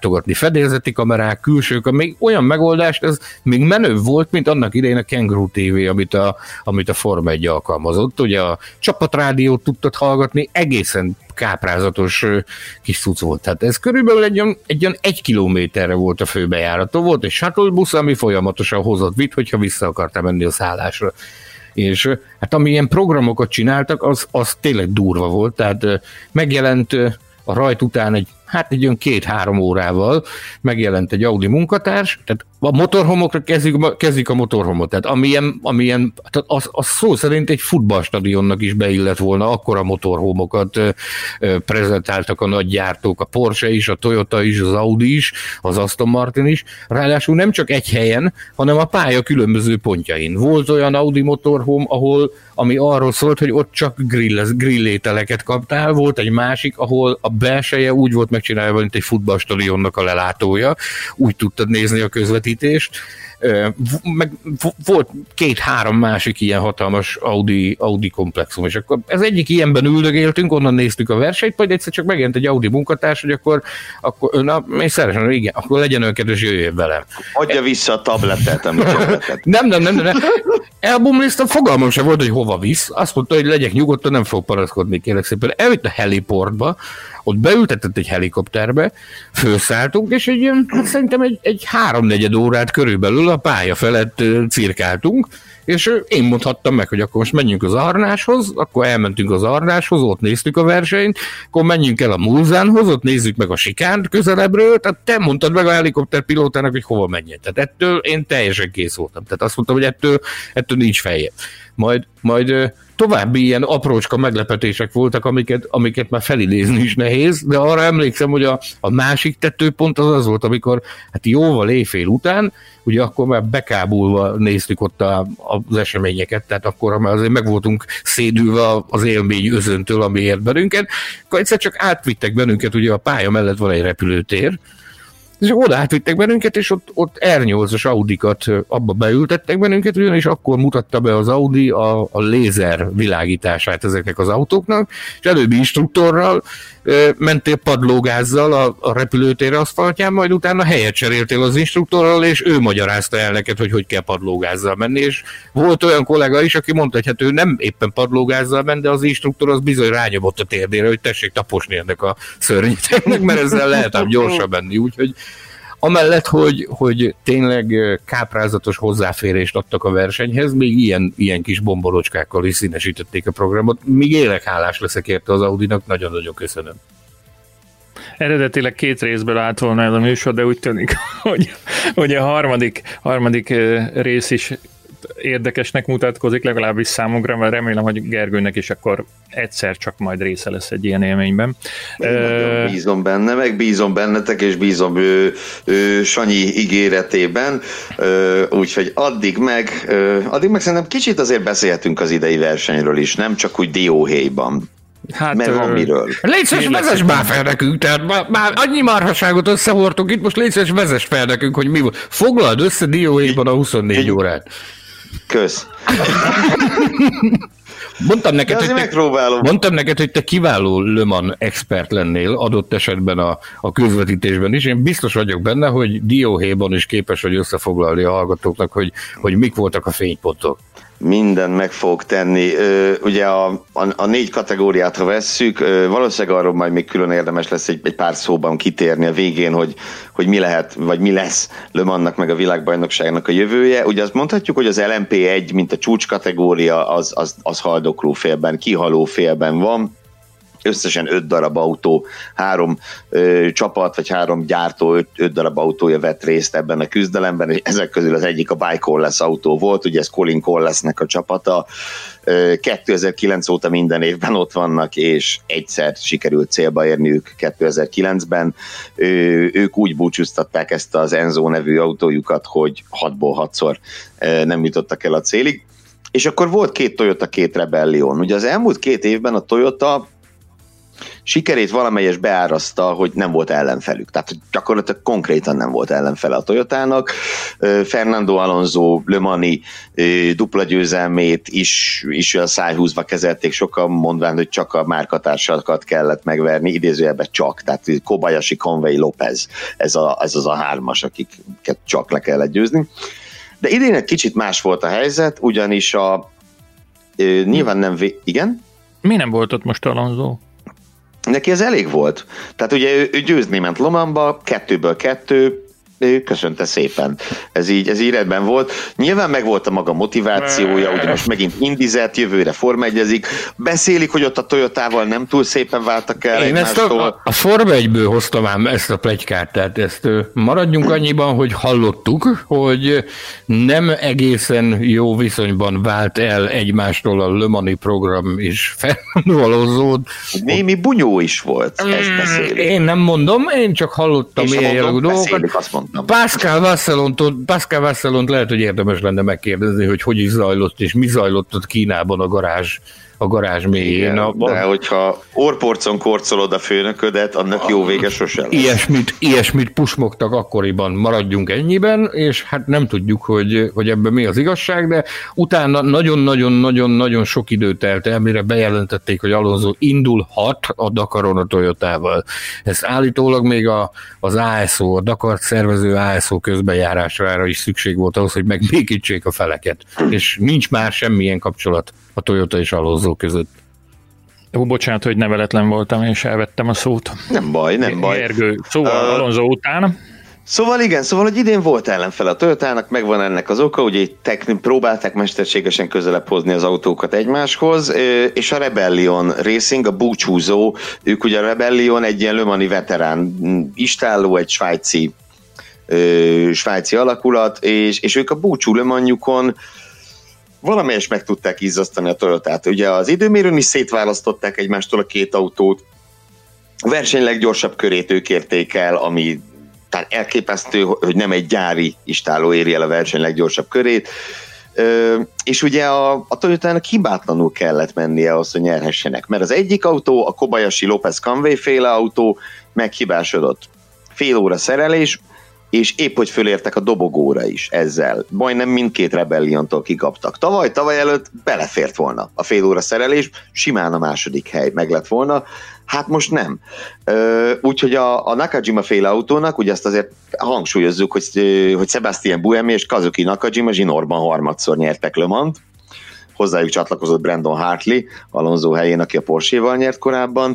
látogatni. Fedélzeti kamerák, külsők, még olyan megoldást, ez még menőbb volt, mint annak idején a Kangaroo té vé, amit a, amit a Forma egy alkalmazott. Ugye a csapatrádiót tudtad hallgatni, egészen káprázatos kis cucc volt. Tehát ez körülbelül egy olyan, egy olyan egy kilométerre volt a főbejárata. Volt egy shuttle busz, ami folyamatosan hozott vitt, hogyha vissza akartál menni a szállásra. És hát amilyen programokat csináltak, az, az tényleg durva volt. Tehát megjelent a rajt után egy, hát egy olyan két-három órával megjelent egy Audi munkatárs, tehát a motorhomokra kezdik, kezdik a motorhomot, tehát amilyen, amilyen tehát az, az szó szerint egy futballstadionnak is beillett volna, akkora motorhomokat prezentáltak a nagy gyártók, a Porsche is, a Toyota is, az Audi is, az Aston Martin is, ráadásul nem csak egy helyen, hanem a pálya különböző pontjain. Volt olyan Audi motorhome, ahol, ami arról szólt, hogy ott csak grill, grillételeket kaptál, volt egy másik, ahol a belseje úgy volt megcsinálva, mint egy futballstadionnak a lelátója, úgy tudtad nézni a közvetítést. Meg volt két-három másik ilyen hatalmas Audi, Audi komplexum, és akkor ez egyik ilyenben üldögéltünk, onnan néztük a versenyt, majd egyszer csak megjelent egy Audi munkatárs, hogy akkor, akkor na, én szeresen, igen, akkor legyen olyan kedves, jöjjön velem. Adja vissza a tabletet, amit tabletet. Nem, nem, nem, nem. Elbumliztam, fogalmam sem volt, hogy hova visz. Azt mondta, hogy legyek nyugodtan, nem fog paraszkodni, kérlek szépen. Elvitt a heliportba, ott beültetett egy helikopterbe, felszálltunk, és egy, hát szerintem egy, egy háromnegyed órát körülbelül a pálya felett cirkáltunk, és én mondhattam meg, hogy akkor most menjünk az Arnáshoz, akkor elmentünk az Arnáshoz, ott néztük a versenyt, akkor menjünk el a Mulzánhoz, ott nézzük meg a sikánt közelebbről, tehát te mondtad meg a helikopterpilótának, hogy hova menjen. Tehát ettől én teljesen kész voltam. Tehát azt mondtam, hogy ettől, ettől nincs feje. Majd, majd további ilyen aprócska meglepetések voltak, amiket, amiket már felidézni is nehéz, de arra emlékszem, hogy a, a másik tetőpont az az volt, amikor hát jóval éjfél után, ugye akkor már bekábulva néztük ott a, az eseményeket, tehát akkor már azért meg voltunk szédülve az élmény özöntől, ami ért bennünket, akkor egyszer csak átvittek bennünket, ugye a pálya mellett van egy repülőtér, és oda átvittek bennünket, és ott, ott er nyolcas Audikat abba beültettek bennünket, ugyanis akkor mutatta be az Audi a, a lézer világítását ezeknek az autóknak, és előbbi instruktorral mentél padlógázzal a, a repülőtér aszfaltján, majd utána helyet cseréltél az instruktorral, és ő magyarázta el neked, hogy hogy kell padlógázzal menni, és volt olyan kollega is, aki mondta, hogy hát ő nem éppen padlógázzal ment, de az instruktor az bizony rányomott a térdére, hogy tessék taposni ennek a szörnyeteknek, mert ezzel lehet ám gyorsan menni, úgyhogy amellett, hogy, hogy tényleg káprázatos hozzáférést adtak a versenyhez, még ilyen, ilyen kis bombolocskákkal is színesítették a programot. Még élek hálás leszek érte az Audinak, nagyon-nagyon köszönöm. Eredetileg két részből állt volna ez a műsor, de úgy tűnik, hogy, hogy a harmadik, harmadik rész is érdekesnek mutatkozik, legalábbis számunkra, mert remélem, hogy Gergőnek is akkor egyszer csak majd része lesz egy ilyen élményben. Én uh, bízom benne, meg bízom bennetek, és bízom ő, ő Sanyi ígéretében, uh, úgyhogy addig meg, uh, addig meg szerintem kicsit azért beszélhetünk az idei versenyről is, nem csak úgy dióhéjban. Hát, mert van miről. Légy szíves, vezess már fel nekünk, tehát már, már annyi marhaságot összehordtunk itt, most légy szíves, vezess fel nekünk, hogy mi volt. Foglald össze dióhéjban a huszonnégy órát. Kösz. Mondtam neked, hogy te, mondtam neked, hogy te kiváló Le Mans expert lennél adott esetben a, a közvetítésben is. Én biztos vagyok benne, hogy dióhéjban is képes vagy összefoglalni a hallgatóknak, hogy, hogy mik voltak a fénypontok. Mindent meg fogok tenni. Ugye a, a, a négy kategóriát, ha vesszük, valószínűleg arról majd még külön érdemes lesz egy, egy pár szóban kitérni a végén, hogy, hogy mi lehet, vagy mi lesz Le Mansnak meg a világbajnokságnak a jövője. Ugye azt mondhatjuk, hogy az el em pé egy, mint a csúcs kategória, az, az, az haldokló félben, kihaló félben van. Összesen öt darab autó, három ö, csapat, vagy három gyártó, öt, öt darab autója vett részt ebben a küzdelemben, és ezek közül az egyik a By Colles autó volt, ugye ez Colin Collesnek a csapata. Ö, kétezer-kilenc óta minden évben ott vannak, és egyszer sikerült célba érniük kétezer-kilencben. Ö, ők úgy búcsúztatták ezt az Enzo nevű autójukat, hogy hatból hatszor ö, nem jutottak el a célig. És akkor volt két Toyota, két Rebellion. Ugye az elmúlt két évben a Toyota sikerét valamelyes beáraszta, hogy nem volt ellenfelük. Tehát gyakorlatilag konkrétan nem volt ellenfele a Toyotának. Fernando Alonso Le Mani dupla győzelmét is, is olyan szájhúzva kezelték, sokan mondván, hogy csak a márkatársakat kellett megverni, idézőjelben csak, tehát Kobayashi, Conway, Lopez, ez, a, ez az a hármas, akiket csak le kellett győzni. De idén egy kicsit más volt a helyzet, ugyanis a nyilván nem... Vé- igen? Mi nem volt ott most Alonso? Neki ez elég volt. Tehát ugye ő, ő győzni ment Le Mansba, kettőből kettő, ő köszönte szépen. Ez így, ez így rendben volt. Nyilván meg volt a maga motivációja, ugye most megint indizett, jövőre Forma egyezik. Beszélik, hogy ott a Toyotával nem túl szépen váltak el Én ezt a, a Forma egyből hoztam ám ezt a pletykát, tehát ezt maradjunk annyiban, hogy hallottuk, hogy nem egészen jó viszonyban vált el egymástól a Le Mani program és felvalózód. Némi bunyó is volt, ezt beszélik. Én nem mondom, én csak hallottam ilyen jellegű dolgokat. Beszélik, azt mondom. Pascal Vassalont, Pascal Vassalont lehet, hogy érdemes lenne megkérdezni, hogy hogy is zajlott, és mi zajlott ott Kínában a garázs, a garázs mélyén. Igen, de hogyha orporcon korcolod a főnöködet, annak jó vége sose lesz. Ilyesmit, ilyesmit pusmogtak akkoriban, maradjunk ennyiben, és hát nem tudjuk, hogy, hogy ebben mi az igazság, de utána nagyon-nagyon-nagyon-nagyon sok idő telt el, mire bejelentették, hogy Alonso indulhat a Dakaron a Toyotával. Ez állítólag még a, az á es o, a Dakart szervező á es o közbejárására is szükség volt ahhoz, hogy megbékítsék a feleket. És nincs már semmilyen kapcsolat a Toyota és Alonso között. Ó, bocsánat, hogy neveletlen voltam, és elvettem a szót. Nem baj, nem baj. Gergő, szóval uh, Alonso után. Szóval igen, szóval, hogy idén volt ellenfele a Toyotának, megvan ennek az oka, ugye techni- próbálták mesterségesen közelebb hozni az autókat egymáshoz, és a Rebellion Racing, a búcsúzó, ők ugye a Rebellion egy ilyen Le Mani veterán istálló, egy svájci, svájci alakulat, és, és ők a búcsú Le Manjukon valamelyest meg tudták izzasztani a Toyotát. Ugye az időmérőn is szétválasztották egymástól a két autót, a verseny leggyorsabb körét ők érték el, ami tehát elképesztő, hogy nem egy gyári istálló éri el a verseny leggyorsabb körét, Ö, és ugye a, a Toyotának hibátlanul kellett mennie ahhoz, hogy nyerhessenek, mert az egyik autó, a Kobayashi Lopez Conway féle autó meghibásodott. Fél óra szerelés, és épp hogy fölértek a dobogóra is ezzel. Majdnem mindkét Rebelliontól kikaptak. Tavaly, tavaly előtt belefért volna a fél óra szerelés, simán a második hely meg lett volna, hát most nem. Úgyhogy a, a Nakajima féle autónak, ugye azt azért hangsúlyozzuk, hogy, hogy Sebastian Buemi és Kazuki Nakajima zsinórban harmadszor nyertek Le Mans-t, hozzájuk csatlakozott Brandon Hartley, Alonso helyén, aki a Porsche-val nyert korábban.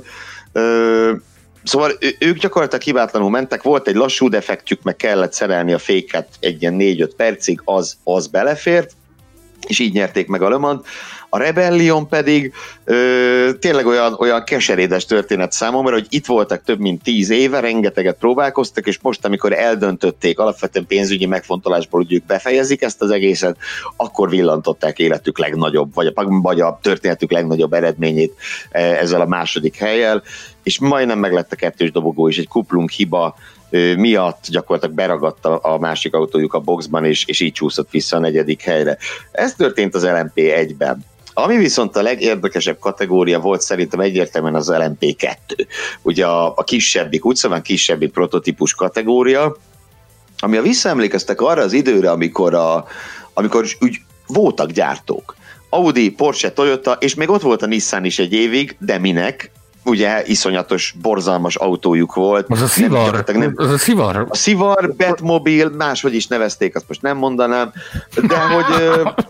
Szóval ők gyakorlatilag hibátlanul mentek, volt egy lassú defektjük, meg kellett szerelni a féket egy ilyen négy-öt percig, az, az belefért, és így nyerték meg a Le Mans-t. A Rebellion pedig ö, tényleg olyan, olyan keserédes történet számomra, hogy itt voltak több mint tíz éve, rengeteget próbálkoztak, és most, amikor eldöntötték alapvetően pénzügyi megfontolásból, hogy ők befejezik ezt az egészet, akkor villantották életük legnagyobb, vagy a, vagy a történetük legnagyobb eredményét ezzel a második hellyel, és majdnem meglett a kettős dobogó, és egy kuplung hiba miatt gyakorlatilag beragadt a másik autójuk a boxban, és, és így csúszott vissza a negyedik helyre. Ez történt az el em pé egyben. Ami viszont a legérdekesebb kategória volt szerintem egyértelműen az el em pé kettő. Ugye a, a kisebbik, úgy szóval kisebbik prototípus kategória, ami a visszaemlékeztek arra az időre, amikor, a, amikor úgy voltak gyártók. Audi, Porsche, Toyota, és még ott volt a Nissan is egy évig, de minek? Ugye iszonyatos, borzalmas autójuk volt. Az a szivar. Nem, nem, az a szivar. A szivar, Batmobil, máshogy is nevezték, azt most nem mondanám, de hogy,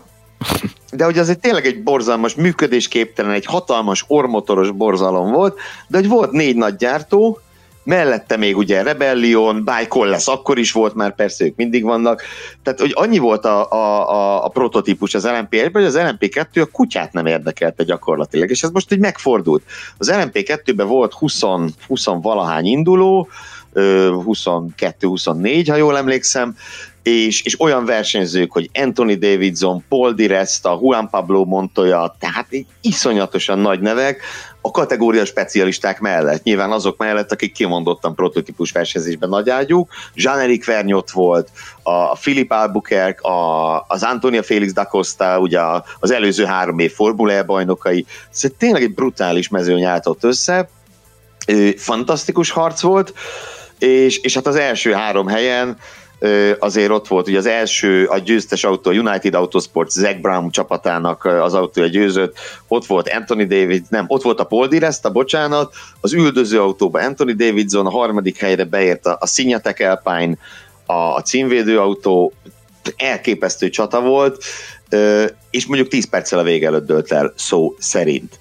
de hogy az egy tényleg egy borzalmas, működésképtelen, egy hatalmas ormotoros borzalom volt, de hogy volt négy nagy gyártó, mellette még ugye Rebellion, Bike lesz, akkor is volt, már persze ők mindig vannak, tehát hogy annyi volt a, a, a, a prototípus az el em pé egyben, hogy az el em pé kettő a kutyát nem érdekelte gyakorlatilag, és ez most így megfordult. Az el em pé kettőben volt húsz, húsz valahány induló, huszonkettő huszonnégy, ha jól emlékszem, és, és olyan versenyzők, hogy Anthony Davidson, Paul Di Resta, Juan Pablo Montoya, tehát iszonyatosan nagy nevek, a kategória specialisták mellett, nyilván azok mellett, akik kimondottan prototípus versenyzésben nagyágyúk, Jean-Éric Vergnyot volt, a Philippe Albuquerque, a, az Antonia Félix da Costa, ugye az előző három év Formula E bajnokai, szóval tényleg egy brutális mezőny álltott össze, Fantasztikus harc volt, és, és hát az első három helyen azért ott volt, ugye az első, a győztes autó, a United Autosport Zac Brown csapatának az autója győzött, ott volt Anthony David, nem, ott volt a Paul Di Resta, bocsánat, az üldöző autóban Anthony Davidson, a harmadik helyre beért a, a Signatek Alpine, a, a címvédő autó, elképesztő csata volt, és mondjuk tíz perccel a vége előtt dőlt el, szó szerint.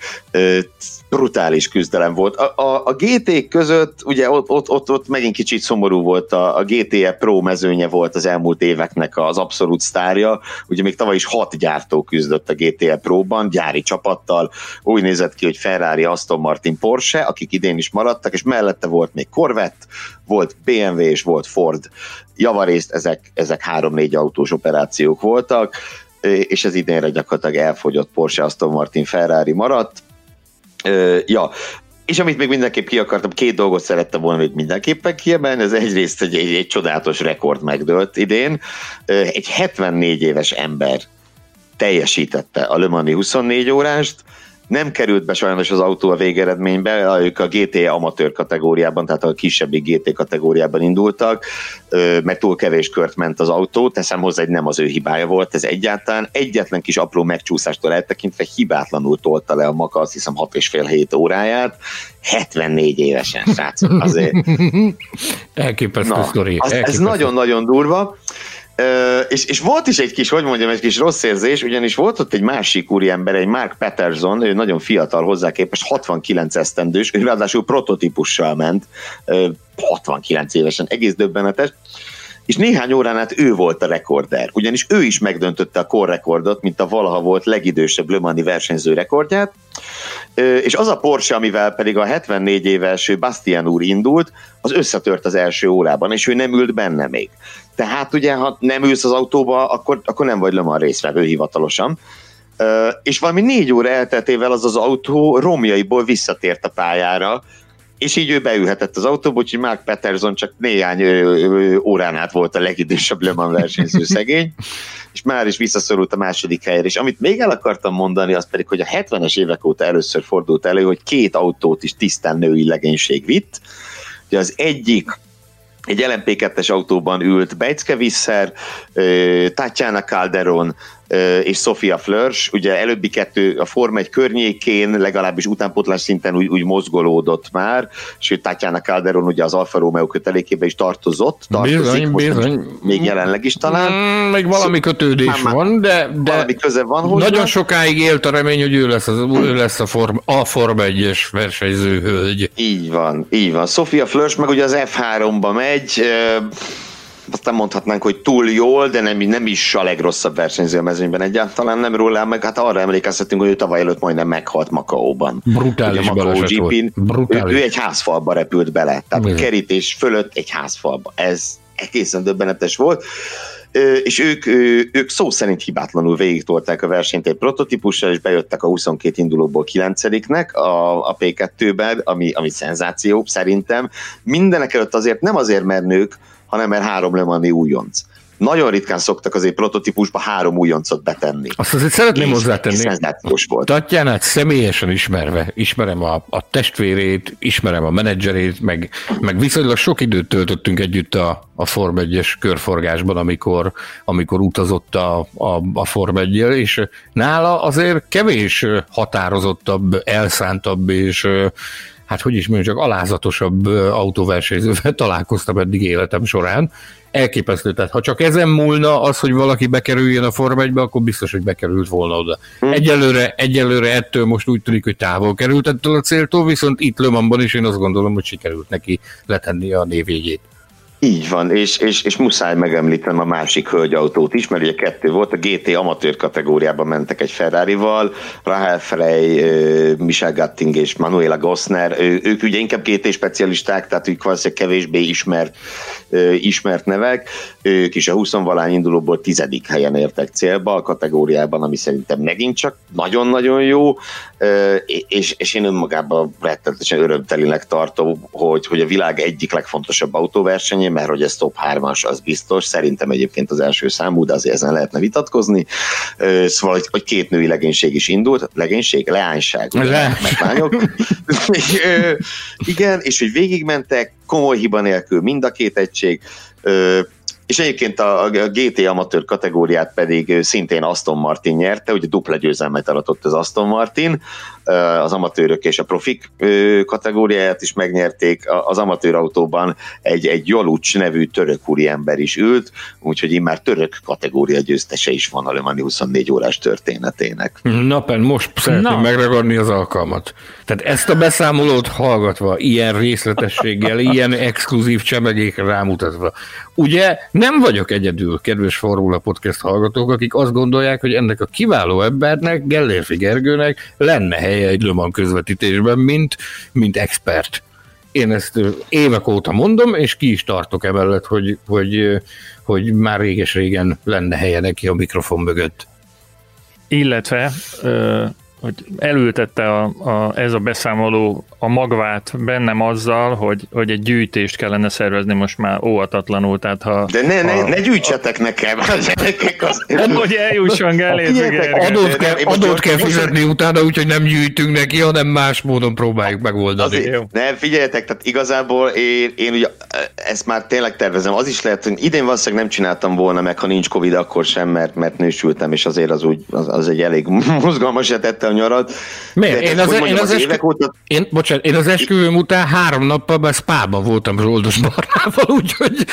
Brutális küzdelem volt. A, a, a gé té között, ugye ott, ott, ott, ott megint kicsit szomorú volt, a, a gé té e Pro mezőnye volt az elmúlt éveknek az abszolút sztárja, ugye még tavaly is hat gyártó küzdött a gé té e Pro-ban, gyári csapattal, úgy nézett ki, hogy Ferrari, Aston Martin, Porsche, akik idén is maradtak, és mellette volt még Corvette, volt bé em vé és volt Ford. Javarészt ezek, ezek három-négy autós operációk voltak, és ez idénre gyakorlatilag elfogyott, Porsche, Aston Martin, Ferrari maradt. Uh, ja, és amit még mindenképp ki akartam, két dolgot szerettem volna még mindenképpen kiemelni, ez egyrészt egy, egy, egy csodálatos rekord megdőlt idén. Uh, egy hetvennégy éves ember teljesítette a Le Mans-i huszonnégy órást, nem került be sajnos az autó a végeredménybe, ők a gé té amatőr kategóriában, tehát a kisebbi gé té kategóriában indultak, mert túl kevés kört ment az autó, teszem hozzá, hogy nem az ő hibája volt ez egyáltalán, egyetlen kis apró megcsúszástól eltekintve hibátlanul tolta le a Maka, azt hiszem hat és fél hét óráját, hetvennégy évesen, srácok, azért. Elképesztő sztori. Ez nagyon-nagyon durva. Uh, és, és volt is egy kis, hogy mondjam, egy kis rossz érzés, ugyanis volt ott egy másik úriember, egy Mark Patterson, ő nagyon fiatal hozzá képest, hatvankilenc esztendős, ő ráadásul prototípussal ment, uh, hatvankilenc évesen, egész döbbenetes, és néhány órán át ő volt a rekorder, ugyanis ő is megdöntötte a korrekordot, mint a valaha volt legidősebb Le Mans-i versenyző rekordját, és az a Porsche, amivel pedig a hetvennégy éves Bastian úr indult, az összetört az első órában, és ő nem ült benne még. Tehát ugye, ha nem ülsz az autóba, akkor, akkor nem vagy Le Mans résztvevő hivatalosan. És valami négy óra elteltével az az autó romjaiból visszatért a pályára, és így ő beülhetett az autóba, úgyhogy Mark Patterson csak néhány ö, ö, órán át volt a legidősebb Le Mans versenyző szegény, és már is visszaszorult a második helyre. És amit még el akartam mondani, az pedig, hogy a hetvenes évek óta először fordult elő, hogy két autót is tisztán női legénység vitt. Ugye az egyik egy el em pé kettes autóban ült Bejcke Visser, Tatjana Calderon és Sofia Flörsch, ugye előbbi kettő a Forma egy környékén, legalábbis utánpótlás szinten úgy, úgy mozgolódott már, sőt Tatjana Calderon ugye az Alfa Romeo kötelékébe is tartozott, tartozik, bizony, most bizony. még jelenleg is talán. Mm, még valami kötődés Szó, van, de, de valami köze van hozzá. Nagyon sokáig élt a remény, hogy ő lesz, az, ő lesz a, Forma, a Forma egyes versenyző hölgy. Így van, így van. Sofia Flörsch meg ugye az ef háromba megy, aztán mondhatnánk, hogy túl jól, de nem, nem is a legrosszabb versenyző a mezőnyben egyáltalán nem róla, meg hát arra emlékezhetünk, hogy ő tavaly előtt majdnem meghalt Makaóban. Brutális baleset volt. Brutális. Ő, ő egy házfalba repült bele, tehát a kerítés fölött egy házfalba. Ez egészen döbbenetes volt. És ők, ők szó szerint hibátlanul végigtolták a versenyt egy prototípussal, és bejöttek a huszonkét indulóból kilencediknek a, a pé kettőben, ami, ami szenzáció szerintem. Mindenek előtt azért nem azért, mert nők, hanem mert három Le Mans-i újonc. Nagyon ritkán szoktak azért prototípusba három újoncot betenni. Azt azért szeretném hozzátenni. Szenzációs volt. Tatjánát személyesen ismerve, ismerem a, a testvérét, ismerem a menedzserét, meg, meg viszonylag sok időt töltöttünk együtt a, a Forma egyes körforgásban, amikor, amikor utazott a, a, a Forma egyel, és nála azért kevés határozottabb, elszántabb és hát hogy is mondjam, csak alázatosabb autóversenyzővel találkoztam eddig életem során. Elképesztő, tehát ha csak ezen múlna az, hogy valaki bekerüljön a Forma egybe, akkor biztos, hogy bekerült volna oda. Hmm. Egyelőre, egyelőre ettől most úgy tűnik, hogy távol került ettől a céltól, viszont itt Le Mansban is én azt gondolom, hogy sikerült neki letenni a névjegyét. Így van, és, és, és muszáj megemlítenem a másik hölgyautót is, mert ugye kettő volt, a gé té amatőr kategóriában mentek egy Ferrarival, Rahel Frey, Michel Gatting és Manuela Gossner, ők ugye inkább gé té specialisták, tehát ők valószínűleg kevésbé ismert, ismert nevek, ők is a huszonvalány indulóból tizedik helyen értek célba a kategóriában, ami szerintem megint csak nagyon-nagyon jó, és, és én önmagában rettenetesen örömtelinek tartom, hogy, hogy a világ egyik legfontosabb autóversenyén versenyén, mert hogy ez top hármas, az biztos, szerintem egyébként az első számú, de azért ezen lehetne vitatkozni. Szóval, hogy két női legénység is indult, legénység, leányság, meglányok. Igen, és hogy végigmentek, komoly hiba nélkül mind a két egység, és egyébként a gé té amatőr kategóriát pedig szintén Aston Martin nyerte, ugye dupla győzelmet aratott az Aston Martin, az amatőrök és a profik kategóriáját is megnyerték, az amatőr autóban egy, egy Jolucs nevű török úriember is ült, úgyhogy immár török kategória győztese is van a Le Mans huszonnégy órás történetének. Napen, most szeretném Na. megragadni az alkalmat. Tehát ezt a beszámolót hallgatva, ilyen részletességgel, ilyen exkluzív csemegékre rámutatva, ugye nem vagyok egyedül, kedves Formula Podcast hallgatók, akik azt gondolják, hogy ennek a kiváló embernek, Gellérfi Gergőnek lenne helye egy Le Mans közvetítésben, mint, mint expert. Én ezt évek óta mondom, és ki is tartok emellett, hogy, hogy, hogy már réges-régen lenne helye neki a mikrofon mögött. Illetve... Ö... hogy elültette a, a, ez a beszámoló a magvát bennem azzal, hogy, hogy egy gyűjtést kellene szervezni most már óhatatlanul, tehát ha... De ne, ne, a, ne gyűjtsetek nekem! hogy eljusson Gellérfi Gergő. Adót kell, adót kell fizetni utána, úgyhogy nem gyűjtünk neki, hanem más módon próbáljuk megoldani. Azért, ne, figyeljetek, tehát igazából én, én ugye ezt már tényleg tervezem. Az is lehet, hogy idén valószínűleg nem csináltam volna meg, ha nincs Covid, akkor sem, mert, mert nősültem, és azért az úgy, az, az egy elég mozgalmas tette a nyarat. Miért? Én az, mondjam, én, az, az eskü... óta... én, bocsánat, én az esküvőm után három nappal már Spában voltam Zsoldos Barnával, úgyhogy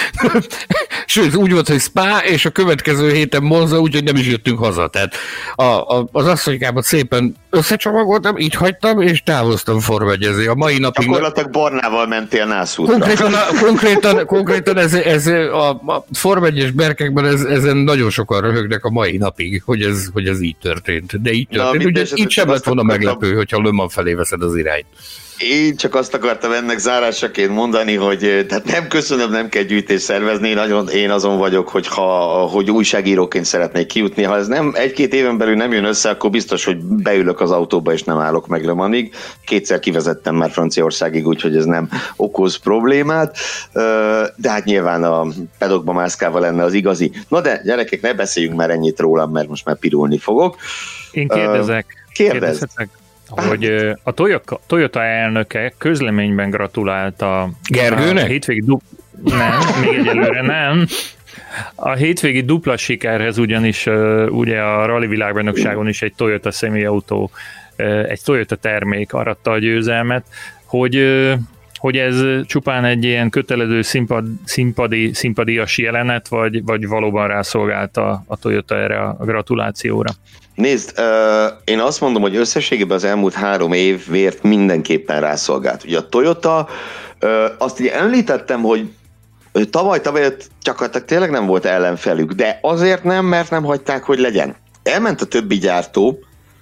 sőt, úgy volt, hogy Spa, és a következő héten Monza, úgyhogy nem is jöttünk haza. Tehát a, a, az asszonykámat szépen összecsomagoltam, így hagytam, és távoztam formegyezni. A mai napig... Gyakorlatilag Barnával mentél nászútra. Konkrétan, konkrétan, konkrétan ez, ez a, a formegyes berkekben ez, ezen nagyon sokan röhögnek a mai napig, hogy ez, hogy ez így történt. De így történt. Ugye itt sem lett volna meglepő, hogyha Le Mans felé veszed az irányt. Én csak azt akartam ennek zárásaként mondani, hogy tehát nem köszönöm, nem kell gyűjtést szervezni, nagyon én azon vagyok, hogy, ha, hogy újságíróként szeretnék kijutni. Ha ez nem egy-két éven belül nem jön össze, akkor biztos, hogy beülök az autóba és nem állok meg Le Manig. Kétszer kivezettem már Franciaországig, úgyhogy ez nem okoz problémát, de hát nyilván a pedokba mászkálva lenne az igazi. Na de gyerekek, ne beszéljünk már ennyit rólam, mert most már pirulni fogok. Én kérdezek. Kérdezz. Hogy a Toyota, Toyota elnöke közleményben gratulált a Gergőnek? A hétvégi du... Nem, még egyelőre nem. A hétvégi dupla sikerhez ugyanis ugye a rally világbajnokságon is egy Toyota személyautó, egy Toyota termék aratta a győzelmet, hogy, hogy ez csupán egy ilyen kötelező színpad, színpadi, színpadias jelenet, vagy, vagy valóban rászolgálta a Toyota erre a gratulációra. Nézd, uh, én azt mondom, hogy összességében az elmúlt három évért mindenképpen rászolgált. Ugye a Toyota, uh, azt ugye említettem, hogy tavaly, tavaly gyakorlatilag tényleg nem volt ellenfelük, de azért nem, mert nem hagyták, hogy legyen. Elment a többi gyártó,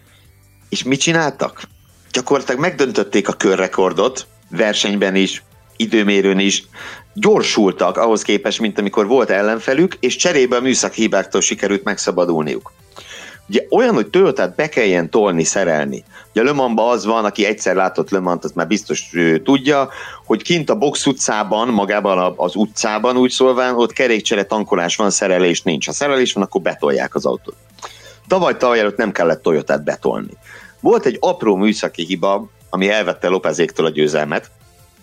és mit csináltak? Gyakorlatilag megdöntötték a körrekordot, versenyben is, időmérőn is, gyorsultak ahhoz képest, mint amikor volt ellenfelük, és cserébe a műszaki hibáktól sikerült megszabadulniuk. Ugye olyan, hogy Toyotát be kelljen tolni, szerelni. Ugye a Le Mansban az van, aki egyszer látott Le Mans-t, azt már biztos ő, tudja, hogy kint a box utcában, magában az utcában úgy szólván, ott kerékcsere tankolás van, szerelés nincs. Ha szerelés van, akkor betolják az autót. Tavaly tavaly előtt nem kellett Toyotát betolni. Volt egy apró műszaki hiba, ami elvette Lopezéktől a győzelmet,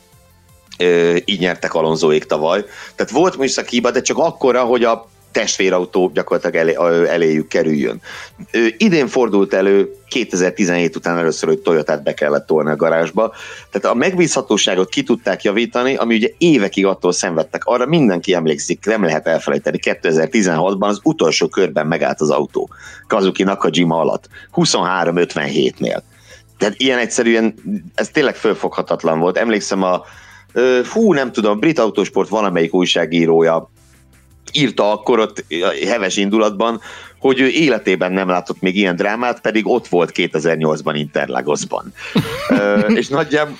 így nyertek Alonsoék tavaly. Tehát volt műszaki hiba, de csak akkora, hogy a testvérautó gyakorlatilag elé, eléjük kerüljön. Idén fordult elő kétezer-tizenhét után először, hogy Toyotát be kellett tolni a garázsba. Tehát a megbízhatóságot ki tudták javítani, ami ugye évekig attól szenvedtek. Arra mindenki emlékszik, nem lehet elfelejteni. kétezer-tizenhatban az utolsó körben megállt az autó Kazuki Nakajima alatt. huszonhárom ötvenhétnél. Tehát ilyen egyszerűen, ez tényleg fölfoghatatlan volt. Emlékszem a fú, nem tudom, a Brit Autosport valamelyik újságírója írta akkor ott heves indulatban, hogy ő életében nem látott még ilyen drámát, pedig ott volt kétezer-nyolcban Interlagosban. és nagyjából,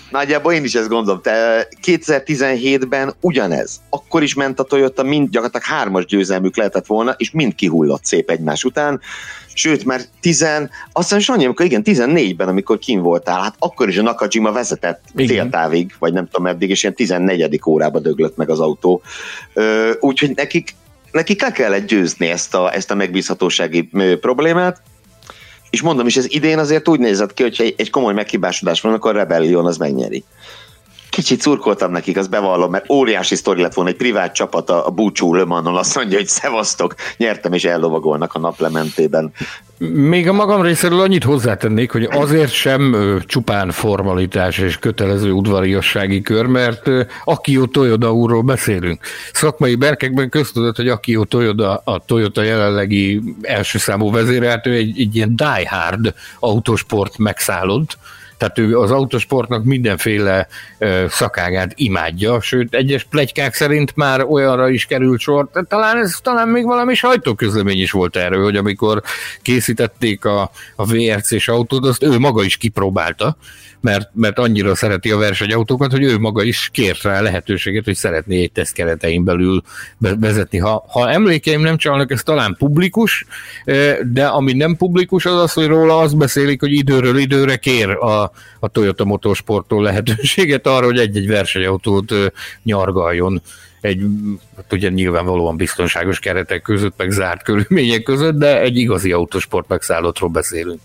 Nagyjából én is ezt gondolom. Te kétezer-tizenhétben ugyanez. Akkor is ment a Toyota, mind gyakorlatilag hármas győzelmük lehetett volna, és mind kihullott szép egymás után. Sőt, már tizen, aztán is annyi, amikor igen, tizennégyben, amikor kim voltál, hát akkor is a Nakajima vezetett féltávig, vagy nem tudom eddig, és ilyen tizennegyedik órába döglött meg az autó. Úgyhogy nekik, nekik le kellett győzni ezt a, ezt a megbízhatósági problémát, és mondom is, ez idén azért úgy nézett ki, hogyha egy komoly meghibásodás van, akkor a Rebellion az megnyeri. Kicsit szurkoltam nekik, azt bevallom, mert óriási sztori lett volna, egy privát csapat a Búcsú Le Manon azt mondja, hogy szevasztok, nyertem és ellovagolnak a naplementében. Még a magam részéről annyit hozzátennék, hogy azért sem csupán formalitás és kötelező udvariassági kör, mert Akio Toyoda úrról beszélünk. Szakmai berkekben köztudott, hogy Akio Toyoda a Toyota jelenlegi első számú vezéreltő egy, egy ilyen die-hard autosport megszállott, tehát ő az autosportnak mindenféle ö, szakágát imádja, sőt, egyes pletykák szerint már olyanra is került sor, talán ez talán még valami sajtóközlemény is volt erről, hogy amikor készítették a, a vé er cés autót, azt ő maga is kipróbálta, mert, mert annyira szereti a versenyautókat, hogy ő maga is kért rá lehetőséget, hogy szeretné egy teszt keretein belül vezetni. Ha, ha emlékeim nem csalnak, ez talán publikus, de ami nem publikus, az az, hogy róla azt beszélik, hogy időről időre kér a, a Toyota Motorsporttól lehetőséget arra, hogy egy-egy versenyautót nyargaljon egy, hát ugye nyilvánvalóan biztonságos keretek között, meg zárt körülmények között, de egy igazi autosport megszállottról beszélünk.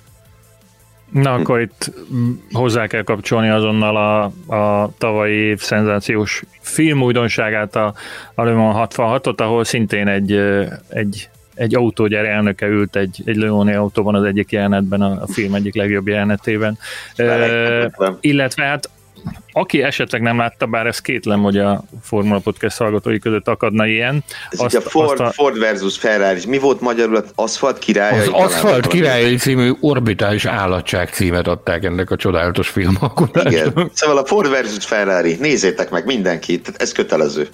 Na, akkor itt hozzá kell kapcsolni azonnal a, a tavalyi év szenzációs filmújdonságát, a, a Le Mans hatvanhatot, ahol szintén egy, egy, egy autógyár elnöke ült egy, egy Le Mans autóban az egyik jelenetben, a, a film egyik legjobb jelenetében. E, illetve hát aki esetleg nem látta, bár ez kétlem, hogy a Formula Podcast hallgatói között akadna ilyen. Ez azt, ugye Ford, a... Ford versus Ferrari. Mi volt magyarul az Aszfalt királyai? Az Aszfalt királyai című orbitális állatság címet adták ennek a csodálatos filmalkotásnak. Igen, szóval a Ford versus Ferrari. Nézzétek meg mindenkit, ez kötelező.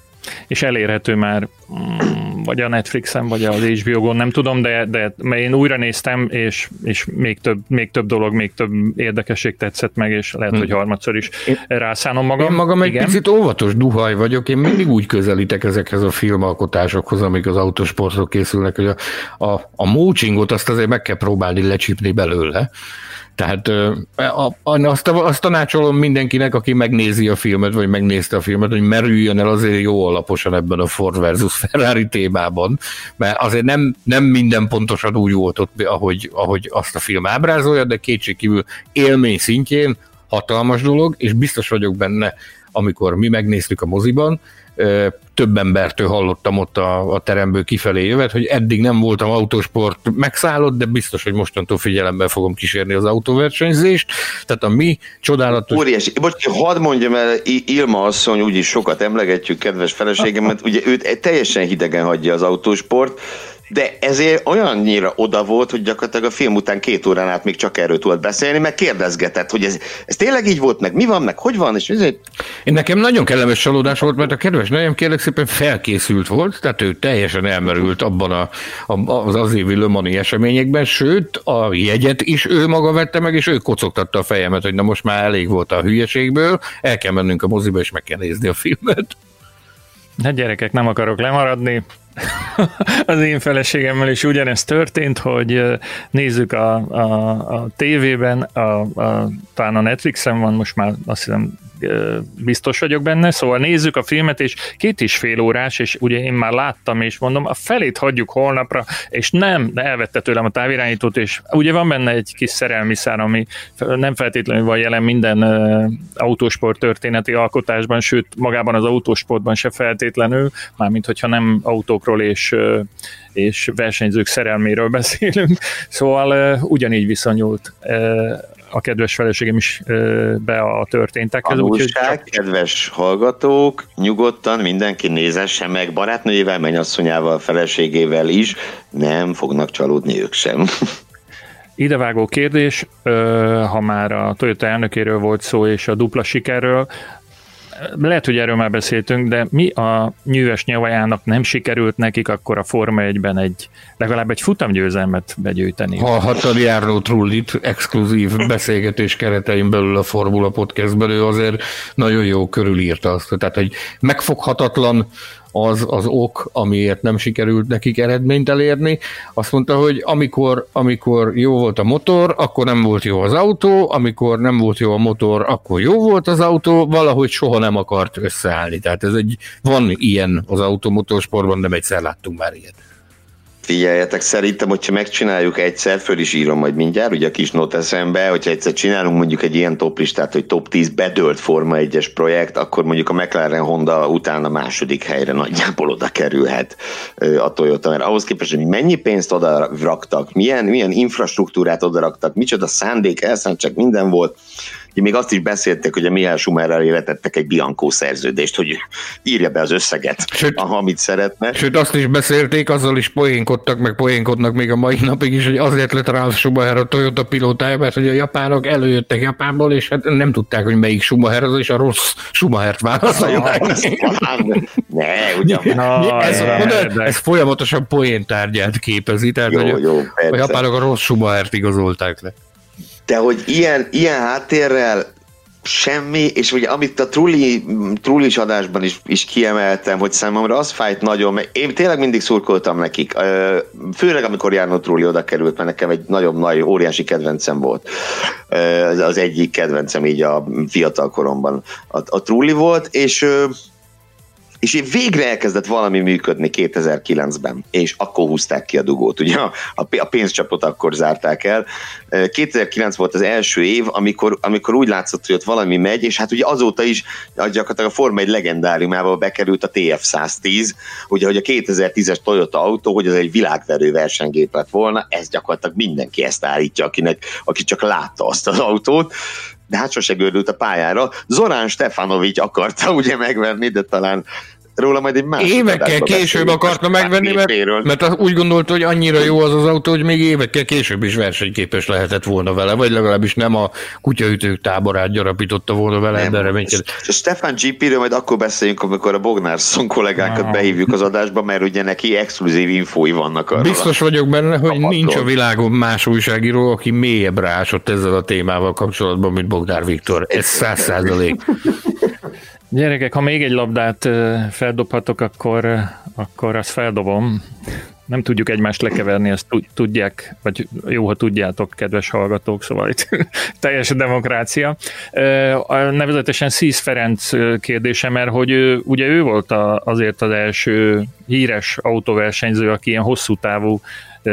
És elérhető már vagy a Netflixen, vagy az há bé ó-gon, nem tudom, de, de én újra néztem, és, és még, több, még több dolog, még több érdekesség tetszett meg, és lehet, hmm. hogy harmadszor is rászánom magam. Én magam egy Igen. picit óvatos duhaj vagyok, én mindig úgy közelítek ezekhez a filmalkotásokhoz, amik az autosportról készülnek, hogy a, a, a mócsingot azt azért meg kell próbálni lecsípni belőle. Tehát azt, azt tanácsolom mindenkinek, aki megnézi a filmet, vagy megnézte a filmet, hogy merüljön el azért jó alaposan ebben a Ford versus Ferrari témában, mert azért nem, nem minden pontosan úgy volt ott, ahogy, ahogy azt a film ábrázolja, de kétségkívül élmény szintjén hatalmas dolog, és biztos vagyok benne, amikor mi megnéztük a moziban, több embertől hallottam ott a, a teremből kifelé jövet, hogy eddig nem voltam autósport megszállott, de biztos, hogy mostantól figyelemben fogom kísérni az autóversenyzést. Tehát a mi csodálatos... Óriási. Bocs, hadd mondjam el, Ilma asszony, úgyis sokat emlegetjük, kedves feleségemet, ugye őt teljesen hidegen hagyja az autósport, de ezért olyannyira oda volt, hogy gyakorlatilag a film után két órán át még csak erről tudott beszélni, meg kérdezgetett, hogy ez, ez tényleg így volt, meg mi van, meg hogy van, és ezért... Én nekem nagyon kellemes csalódás volt, mert a kedves nejem kérlek szépen felkészült volt, tehát ő teljesen elmerült abban a, a, az az évi Le Mans-i eseményekben, sőt, a jegyet is ő maga vette meg, és ő kocogtatta a fejemet, hogy na most már elég volt a hülyeségből, el kell mennünk a moziba, és meg kell nézni a filmet. Hát gyerekek, nem akarok lemaradni. Az én feleségemmel is ugyanezt történt, hogy nézzük a, a, a tévében, a, a, talán a Netflixen van, most már azt hiszem biztos vagyok benne, szóval nézzük a filmet, és két és fél órás, és ugye én már láttam, és mondom, a felét hagyjuk holnapra, és nem, de elvette tőlem a távirányítót, és ugye van benne egy kis szerelmi szár, ami nem feltétlenül van jelen minden uh, autósport történeti alkotásban, sőt, magában az autósportban se feltétlenül, mármint hogyha nem autókról és, uh, és versenyzők szerelméről beszélünk, szóval uh, ugyanígy viszonyult uh, a kedves feleségem is be a történtekhez. Tanulság, kedves hallgatók, nyugodtan mindenki nézesse meg barátnőjével, mennyasszonyával, feleségével is, nem fognak csalódni ők sem. Idevágó kérdés, ha már a Toyota elnökéről volt szó és a dupla sikerről, lehet, hogy erről már beszéltünk, de mi a nyűves nyavajának nem sikerült nekik akkor a Forma egyben egy, legalább egy futamgyőzelmet begyűjteni? Hallhattad Jarno Trullit exkluzív beszélgetés keretein belül a Formula Podcastben, ő azért nagyon jó körülírta azt, tehát hogy megfoghatatlan az az ok, amiért nem sikerült nekik eredményt elérni. Azt mondta, hogy amikor, amikor jó volt a motor, akkor nem volt jó az autó, amikor nem volt jó a motor, akkor jó volt az autó, valahogy soha nem akart összeállni. Tehát ez egy, van ilyen az automotorsportban, nem egyszer láttunk már ilyet. Figyeljetek, szerintem, hogyha megcsináljuk egyszer, föl is írom majd mindjárt, ugye a kis nót eszembe, hogyha egyszer csinálunk mondjuk egy ilyen toplistát, hogy top tíz bedölt Forma egyes projekt, akkor mondjuk a McLaren Honda utána második helyre nagyjából oda kerülhet a Toyota, mert ahhoz képest, hogy mennyi pénzt oda raktak, milyen, milyen infrastruktúrát oda raktak, micsoda szándék, elszántság, minden volt. Ugye még azt is beszéltek, hogy a Mihály Schumacherrel életettek egy Bianco szerződést, hogy írja be az összeget, sőt, amit szeretne. Sőt, azt is beszélték, azzal is poénkodtak, meg poénkodnak még a mai napig is, hogy azért lett Ralf Schumacher a Toyota pilótája, mert hogy a japánok előjöttek Japánból, és hát nem tudták, hogy melyik Schumacher az, és a rossz Schumachert válaszolják. Ne, ugyan. Na, ez, ez, ez folyamatosan poéntárgyát képezi, tehát jó, hogy jó, a japánok a rossz Schumachert igazolták le. De hogy ilyen, ilyen háttérrel semmi, és ugye amit a Trulli, Trullis adásban is, is kiemeltem, hogy számomra az fájt nagyon, mert én tényleg mindig szurkoltam nekik, főleg amikor Jarno Trulli oda került, mert nekem egy nagyon nagy, óriási kedvencem volt. Az egyik kedvencem így a fiatal koromban a, a Trulli volt, és és végre elkezdett valami működni kétezer-kilencben, és akkor húzták ki a dugót, ugye a pénzcsapot akkor zárták el. kétezer-kilenc volt az első év, amikor, amikor úgy látszott, hogy ott valami megy, és hát ugye azóta is gyakorlatilag a Forma egy legendáriumával bekerült a té ef száztíz, ugye, hogy a kétezer-tízes Toyota autó, hogy az egy világverő versenygép lett volna, ez gyakorlatilag mindenki ezt állítja, akinek, aki csak látta azt az autót, de hát sose gördült a pályára. Zorán Stefanovics akarta ugye megvenni, de talán róla majd egy másik évekkel később akarta megvenni, mert, mert úgy gondolta, hogy annyira jó az az autó, hogy még évekkel később is versenyképes lehetett volna vele, vagy legalábbis nem a kutyaütők táborát gyarapította volna vele, de reménykedett. Stefan gé pé-ről majd akkor beszéljünk, amikor a Bognárszon kollégákat ah. behívjuk az adásba, mert ugye neki exkluzív infói vannak arról. Biztos vagyok benne, hogy a nincs a világon más újságíró, aki mélyebbre ásott ezzel a témával kapcsolatban, mint Bognár Viktor. Ez száz százalék. Gyerekek, ha még egy labdát feldobhatok, akkor, akkor azt feldobom. Nem tudjuk egymást lekeverni, ezt tudják, vagy jó, ha tudjátok, kedves hallgatók, szóval itt teljes demokrácia. Nevezetesen Szísz Ferenc kérdése, mert hogy ugye ő volt azért az első híres autóversenyző, aki ilyen hosszú távú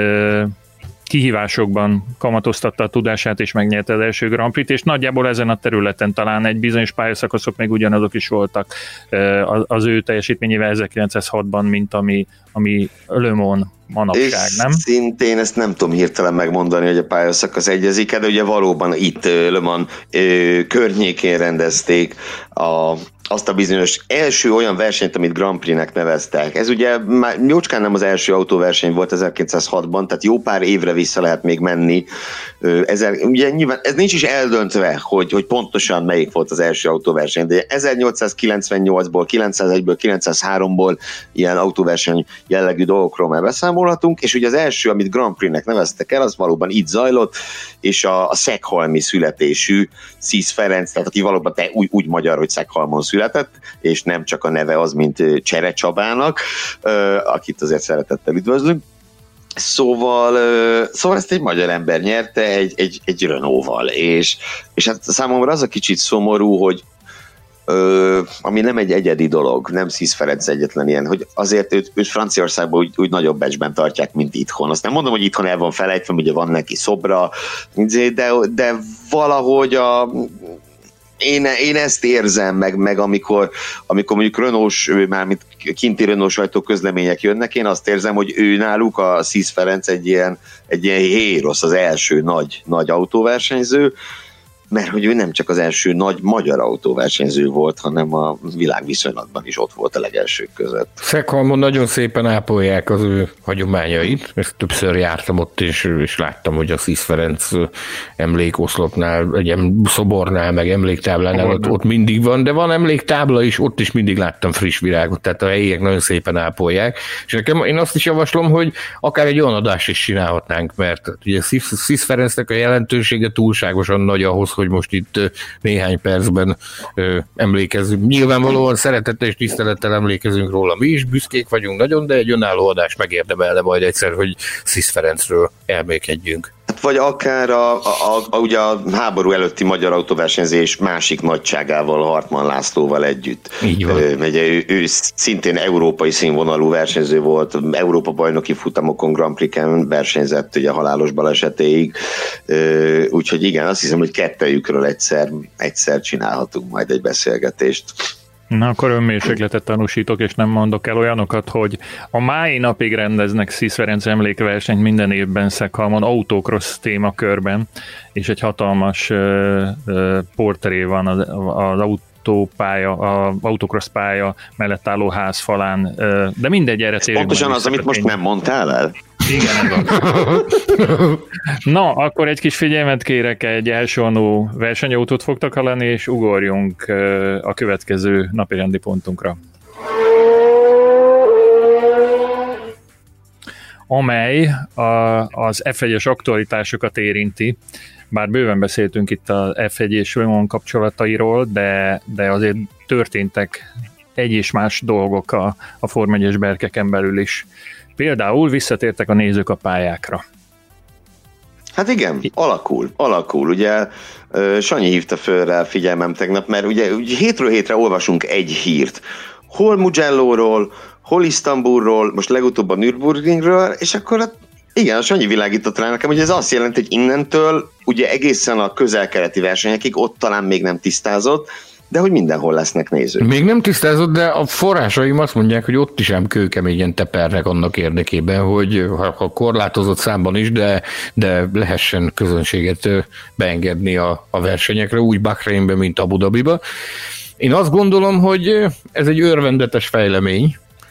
kihívásokban kamatoztatta a tudását és megnyerte az első Grand Prix-t, és nagyjából ezen a területen talán egy bizonyos pályaszakaszok még ugyanazok is voltak az ő teljesítményével ezerkilencszázhatban, mint ami, ami Le Mans manapság, nem? Szintén ezt nem tudom hirtelen megmondani, hogy a pályaszakasz egyezik, de ugye valóban itt Le Mans környékén rendezték a azt a bizonyos első olyan versenyt, amit Grand Prix-nek neveztek. Ez ugye már jócskán nem az első autóverseny volt ezerkilencszázhatban, tehát jó pár évre vissza lehet még menni. Ezer, ugye nyilván ez nincs is eldöntve, hogy, hogy pontosan melyik volt az első autóverseny, de ezernyolcszázkilencvennyolcból, kilencszázegyből, kilencszázháromból ilyen autóverseny jellegű dolgokról már beszámolhatunk, és ugye az első, amit Grand Prix-nek neveztek el, az valóban itt zajlott, és a, a szeghalmi születésű Szísz Ferenc, tehát aki valóban te, úgy, úgy magyar, hogy Szeghalmon született, és nem csak a neve az, mint Csere Csabának, akit azért szeretettel üdvözlünk. Szóval, szóval ezt egy magyar ember nyerte egy, egy, egy Renault-val, és, és hát számomra az a kicsit szomorú, hogy Ö, ami nem egy egyedi dolog, nem Szísz Ferenc egyetlen ilyen, hogy azért őt, őt Franciaországban úgy, úgy nagyobb becsben tartják, mint itthon. Azt nem mondom, hogy itthon el van felejtve, ugye van neki szobra, de, de valahogy a Én, én ezt érzem meg, meg amikor, amikor mondjuk Renault-s, mármint kinti Renault sajtóközlemények jönnek, én azt érzem, hogy ő náluk a Szísz Ferenc egy ilyen, egy ilyen hérosz, az első nagy, nagy autóversenyző, mert hogy ő nem csak az első nagy magyar autóversenyző volt, hanem a világviszonylatban is ott volt a legelsők között. Szekhalmon nagyon szépen ápolják az ő hagyományait, ezt többször jártam ott, és, és láttam, hogy a Szisz Ferenc emlékoszlopnál, egy szobornál, meg emléktáblánál ott, ott mindig van, de van emléktábla is, ott is mindig láttam friss virágot, tehát a helyiek nagyon szépen ápolják, és nekem én azt is javaslom, hogy akár egy olyan adást is csinálhatnánk, mert ugye Szisz Ferencnek a jelentősége túlságosan nagy ahhoz, hogy most itt néhány percben ö, emlékezzünk. Nyilvánvalóan szeretettel és tisztelettel emlékezünk róla. Mi is büszkék vagyunk nagyon, de egy önálló adás megérdemelne majd egyszer, hogy Szisz Ferencről elmékedjünk. Hát vagy akár a, a, a, ugye a háború előtti magyar autóversenyzés másik nagyságával, Hartmann Lászlóval együtt. Így van. Ő, ő, ő szintén európai színvonalú versenyző volt, Európa bajnoki futamokon, Grand Prix-en versenyzett ugye halálos balesetéig, úgyhogy igen, azt hiszem, hogy kettejükről egyszer, egyszer csinálhatunk majd egy beszélgetést. Na, akkor önmérsékletet tanúsítok, és nem mondok el olyanokat, hogy a mai napig rendeznek Szisz Ferenc emlékversenyt minden évben Szekhalmon autocross témakörben, és egy hatalmas uh, uh, portré van az, az autópálya, az autocross pálya mellett álló ház falán, uh, de mindegy, erre térjünk. Pontosan az, amit most nem mondtál el? Igen, ez az. Na, akkor egy kis figyelmet kérek, egy elsővonú versenyautót fogtak hallani, és ugorjunk a következő napirendi pontunkra. Amely a, az ef egyes aktualitásokat érinti, bár bőven beszéltünk itt az ef egy és Lemon kapcsolatairól, de, de azért történtek egy és más dolgok a, a Form egyes berkeken belül is. Például visszatértek a nézők a pályákra. Hát igen, alakul, alakul. Ugye Sanyi hívta föl rá figyelmem tegnap, mert ugye, ugye hétről hétre olvasunk egy hírt. Hol Mugello-ról, hol Isztambulról, most legutóbb a Nürburgringről, és akkor hát igen, a Sanyi világított rá nekem, hogy ez azt jelenti, hogy innentől ugye egészen a közel-keleti versenyekig ott talán még nem tisztázott, de hogy mindenhol lesznek nézők. Még nem tisztázott, de a forrásaim azt mondják, hogy ott is ám kőkeményen tepernek annak érdekében, hogy ha korlátozott számban is, de, de lehessen közönséget beengedni a, a versenyekre, úgy Bahreinben, mint Abu Dhabiba. Én azt gondolom, hogy ez egy örvendetes fejlemény.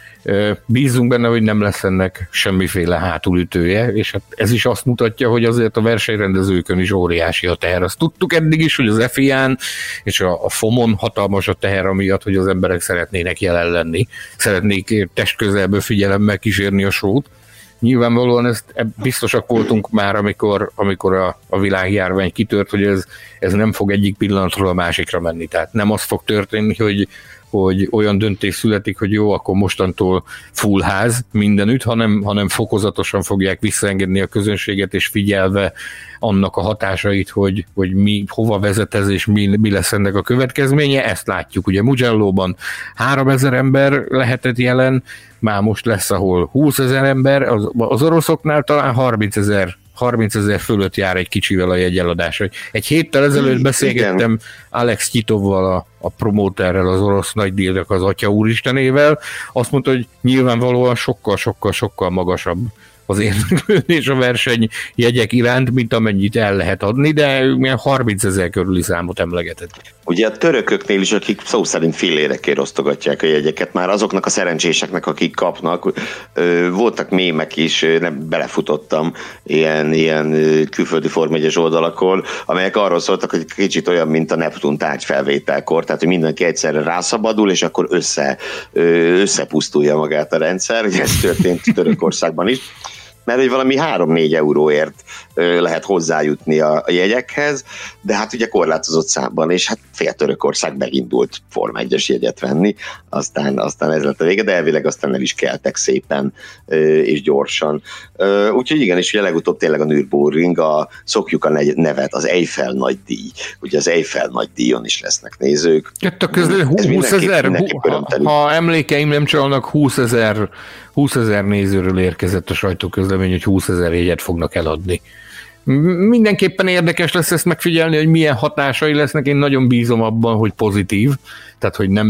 Bízunk benne, hogy nem lesz ennek semmiféle hátulütője, és hát ez is azt mutatja, hogy azért a versenyrendezőkön is óriási a teher. Azt tudtuk eddig is, hogy az ef i á-n és a, a fomon hatalmas a teher amiatt, hogy az emberek szeretnének jelen lenni, szeretnék testközelből figyelemmel kísérni a sót. Nyilvánvalóan ezt biztosak voltunk már, amikor, amikor a, a világjárvány kitört, hogy ez, ez nem fog egyik pillanatról a másikra menni. Tehát nem az fog történni, hogy hogy olyan döntés születik, hogy jó, akkor mostantól full ház mindenütt, hanem, hanem fokozatosan fogják visszaengedni a közönséget, és figyelve annak a hatásait, hogy, hogy mi, hova vezet ez, és mi, mi lesz ennek a következménye, ezt látjuk. Ugye Mugello-ban háromezer ember lehetett jelen, már most lesz, ahol húszezer ember, az, az oroszoknál talán harmincezer harmincezer fölött jár egy kicsivel a jegyeladás. Egy héttel ezelőtt beszélgettem igen. Alex Titovval, a, a promóterrel, az orosz nagydíjnak az atya úristenével. Azt mondta, hogy nyilvánvalóan sokkal-sokkal-sokkal magasabb az érdeklődés a verseny jegyek iránt, mint amennyit el lehet adni, de milyen harmincezer körüli számot emlegetett. Ugye a törököknél is, akik szó szerint fillérekért osztogatják a jegyeket, már azoknak a szerencséseknek, akik kapnak, voltak mémek is, nem belefutottam ilyen, ilyen külföldi Form egyes oldalakon, amelyek arról szóltak, hogy kicsit olyan, mint a Neptun tárgyfelvételkor, tehát hogy mindenki egyszerre rászabadul, és akkor össze, összepusztulja magát a rendszer, ugye ez történt Törökországban is, mert hogy valami három-négy euróért lehet hozzájutni a jegyekhez, de hát ugye korlátozott számban, és hát fél Törökország megindult Form egyes jegyet venni, aztán, aztán ez lett a vége, de elvileg aztán el is keltek szépen és gyorsan. Úgyhogy igen, és ugye legutóbb tényleg a Nürburgring, a, szokjuk a nevet, az Eiffel nagy díj. Ugye az Eiffel nagy díjon is lesznek nézők. Itt a közül húszezer, ha, ha emlékeim nem csalnak, húszezer húszezer nézőről érkezett a sajtóközlemény, hogy húszezer jegyet fognak eladni. Mindenképpen érdekes lesz ezt megfigyelni, hogy milyen hatásai lesznek. Én nagyon bízom abban, hogy pozitív, tehát hogy nem,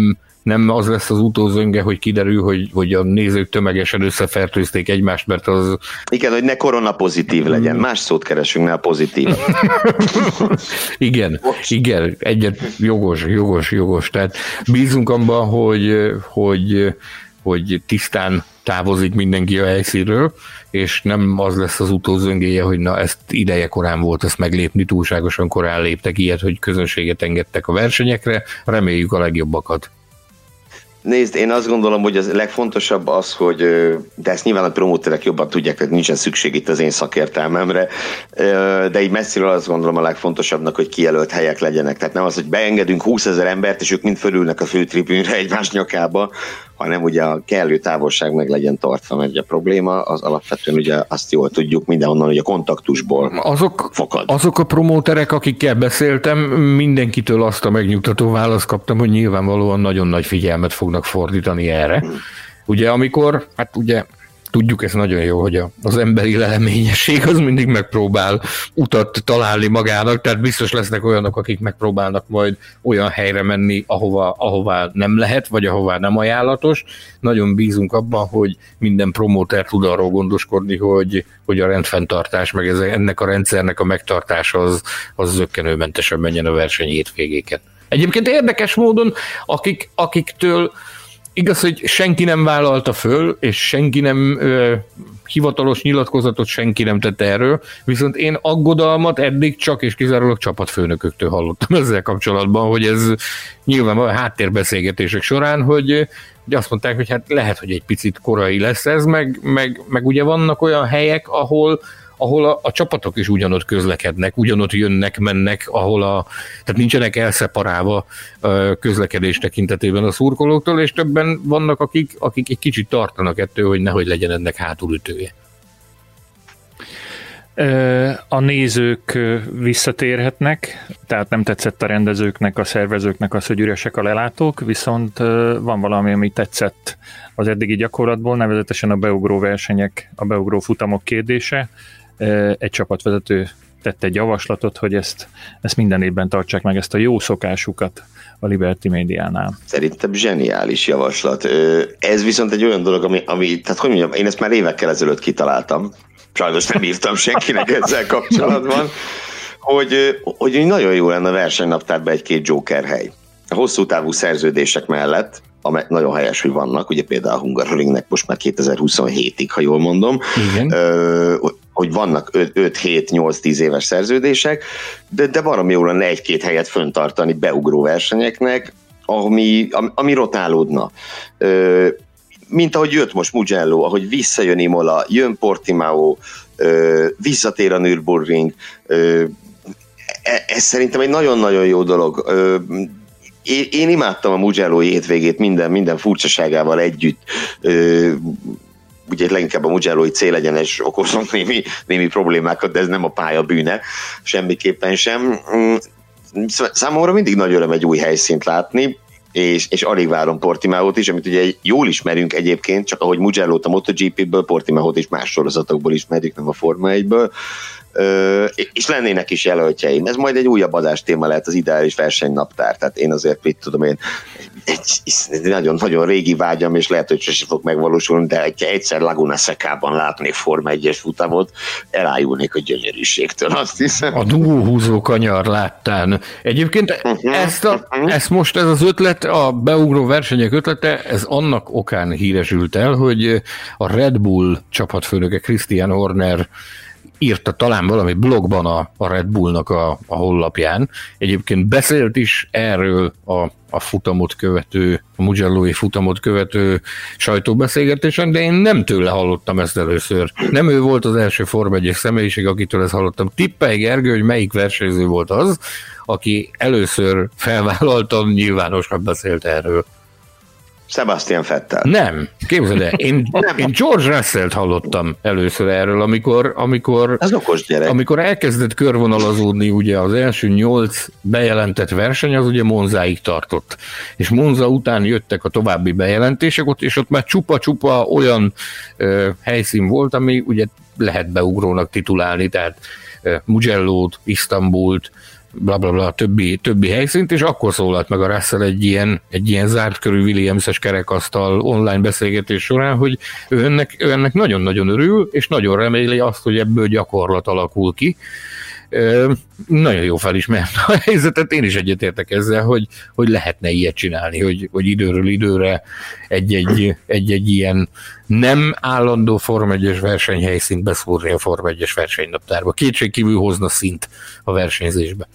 nem az lesz az utózönge, hogy kiderül, hogy, hogy a nézők tömegesen összefertőzték egymást, mert az... Igen, hogy ne korona pozitív legyen. Más szót keresünk, ne a pozitív. igen, Most. igen, egyet jogos, jogos, jogos. Tehát bízunk abban, hogy, hogy, hogy tisztán távozik mindenki a helyszínről, és nem az lesz az utózöngéje, hogy na ezt ideje korán volt ezt meglépni, túlságosan korán léptek ilyet, hogy közönséget engedtek a versenyekre, reméljük a legjobbakat. Nézd, én azt gondolom, hogy az legfontosabb az, hogy, de ezt nyilván a promóterek jobban tudják, tehát nincsen szükség itt az én szakértelmemre, de így messziről azt gondolom a legfontosabbnak, hogy kijelölt helyek legyenek. Tehát nem az, hogy beengedünk húszezer embert, és ők mind fölülnek a főtribűnre egymás nyakába, hanem ugye a kellő távolság meg legyen tartva, mert a probléma az alapvetően ugye azt jól tudjuk mindenhonnan, hogy a kontaktusból azok, fakad. Azok a promóterek, akikkel beszéltem, mindenkitől azt a megnyugtató választ kaptam, hogy nyilvánvalóan nagyon nagy figyelmet fognak fordítani erre. Hmm. Ugye amikor, hát ugye tudjuk ezt nagyon jó, hogy az emberi leleményesség az mindig megpróbál utat találni magának, tehát biztos lesznek olyanok, akik megpróbálnak majd olyan helyre menni, ahova, ahová nem lehet, vagy ahová nem ajánlatos. Nagyon bízunk abban, hogy minden promóter tud arról gondoskodni, hogy, hogy a rendfenntartás, meg ez, ennek a rendszernek a megtartása az, az zökkenőmentesen menjen a verseny hétvégéket. Egyébként érdekes módon, akik, akiktől igaz, hogy senki nem vállalta föl, és senki nem ö, hivatalos nyilatkozatot senki nem tette erről, viszont én aggodalmat eddig csak és kizárólag csapatfőnököktől hallottam ezzel kapcsolatban, hogy ez nyilván a háttérbeszélgetések során, hogy, hogy azt mondták, hogy hát lehet, hogy egy picit korai lesz ez, meg, meg, meg ugye vannak olyan helyek, ahol ahol a, a csapatok is ugyanott közlekednek, ugyanott jönnek, mennek, ahol a, tehát nincsenek elszeparálva közlekedés tekintetében a szurkolóktól, és többen vannak, akik, akik egy kicsit tartanak ettől, hogy nehogy legyen ennek hátulütője. A nézők visszatérhetnek, tehát nem tetszett a rendezőknek, a szervezőknek az, hogy üresek a lelátók, viszont van valami, ami tetszett az eddigi gyakorlatból, nevezetesen a beugró versenyek, a beugró futamok kérdése. Egy csapatvezető tette egy javaslatot, hogy ezt, ezt minden évben tartsák meg, ezt a jó szokásukat a Liberty Médiánál. Szerintem zseniális javaslat. Ez viszont egy olyan dolog, ami, ami tehát hogy mondjam, én ezt már évekkel ezelőtt kitaláltam, sajnos nem írtam senkinek ezzel kapcsolatban, hogy, hogy nagyon jó lenne a versenynaptárban egy-két Joker hely. A hosszú távú szerződések mellett, amely nagyon helyes, hogy vannak, ugye például a Hungaroringnek most már kétezer-huszonhétig, ha jól mondom, ö, hogy vannak öt hét nyolc tíz éves szerződések, de, de valami jó lenne egy-két helyet föntartani beugró versenyeknek, ami, ami, ami rotálódna. Ö, mint ahogy jött most Mugello, ahogy visszajön Imola, jön Portimao, ö, visszatér a Nürburgring, ö, ez szerintem egy nagyon-nagyon jó dolog. Ö, én, én imádtam a Mugello-i hétvégét minden, minden furcsaságával együtt, ö, ugye leginkább a Mugello-i célegyenes okoznak némi, némi problémákat, de ez nem a pálya bűne, semmiképpen sem. Számomra mindig nagy öröm egy új helyszínt látni, és, és alig várom Portimaót is, amit ugye jól ismerünk egyébként, csak ahogy Mugello-t a MotoGP-ből, Portimaót is más sorozatokból ismerjük, nem a Forma egyből, Ö, és lennének is jelöltjeim. Ez majd egy újabb adástéma lehet, az ideális versenynaptár. Tehát én azért, mit tudom én, egy, egy nagyon-nagyon régi vágyam, és lehet, hogy sosem fog megvalósulni, de ha egyszer Laguna Secában látnék Forma egyes futamot, elájulnék a gyönyörűségtől, azt hiszem. A dugóhúzó kanyar láttán. Egyébként uh-huh. ezt, a, ezt most ez az ötlet, a beugró versenyek ötlete, ez annak okán híresült el, hogy a Red Bull csapatfőnöke Christian Horner írta talán valami blogban a, a Red Bullnak a, a honlapján. Egyébként beszélt is erről a, a futamot követő, a Mugello-i futamot követő sajtóbeszélgetésen, de én nem tőle hallottam ezt először. Nem ő volt az első Forma egyes személyiség, akitől ezt hallottam. Tippelj, Gergő, hogy melyik versenyző volt az, aki először felvállaltan nyilvánosan beszélt erről. Sebastian Vettel. Nem, képzeld el, én, én George Russellt hallottam először erről, amikor, amikor, ez okos gyerek. Amikor elkezdett körvonalazódni ugye az első nyolc bejelentett verseny, az ugye Monzáig tartott. És Monza után jöttek a további bejelentések, ott, és ott már csupa-csupa olyan ö, helyszín volt, ami ugye lehet beugrónak titulálni, tehát ö, Mugello-t, Isztambult, bla bla bla, többi, többi helyszínt, és akkor szólalt meg a Russell egy ilyen, egy ilyen zárt körű Williams-es kerekasztal online beszélgetés során, hogy ő ennek, ő ennek nagyon-nagyon örül, és nagyon reméli azt, hogy ebből gyakorlat alakul ki. Ö, nagyon jó felismert a helyzetet, én is egyetértek ezzel, hogy, hogy lehetne ilyet csinálni, hogy, hogy időről időre egy-egy, egy-egy ilyen nem állandó Forma egyes versenyhelyszínt beszúrni a Forma egyes versenynaptárba. Kétségkívül hozna szint a versenyzésbe.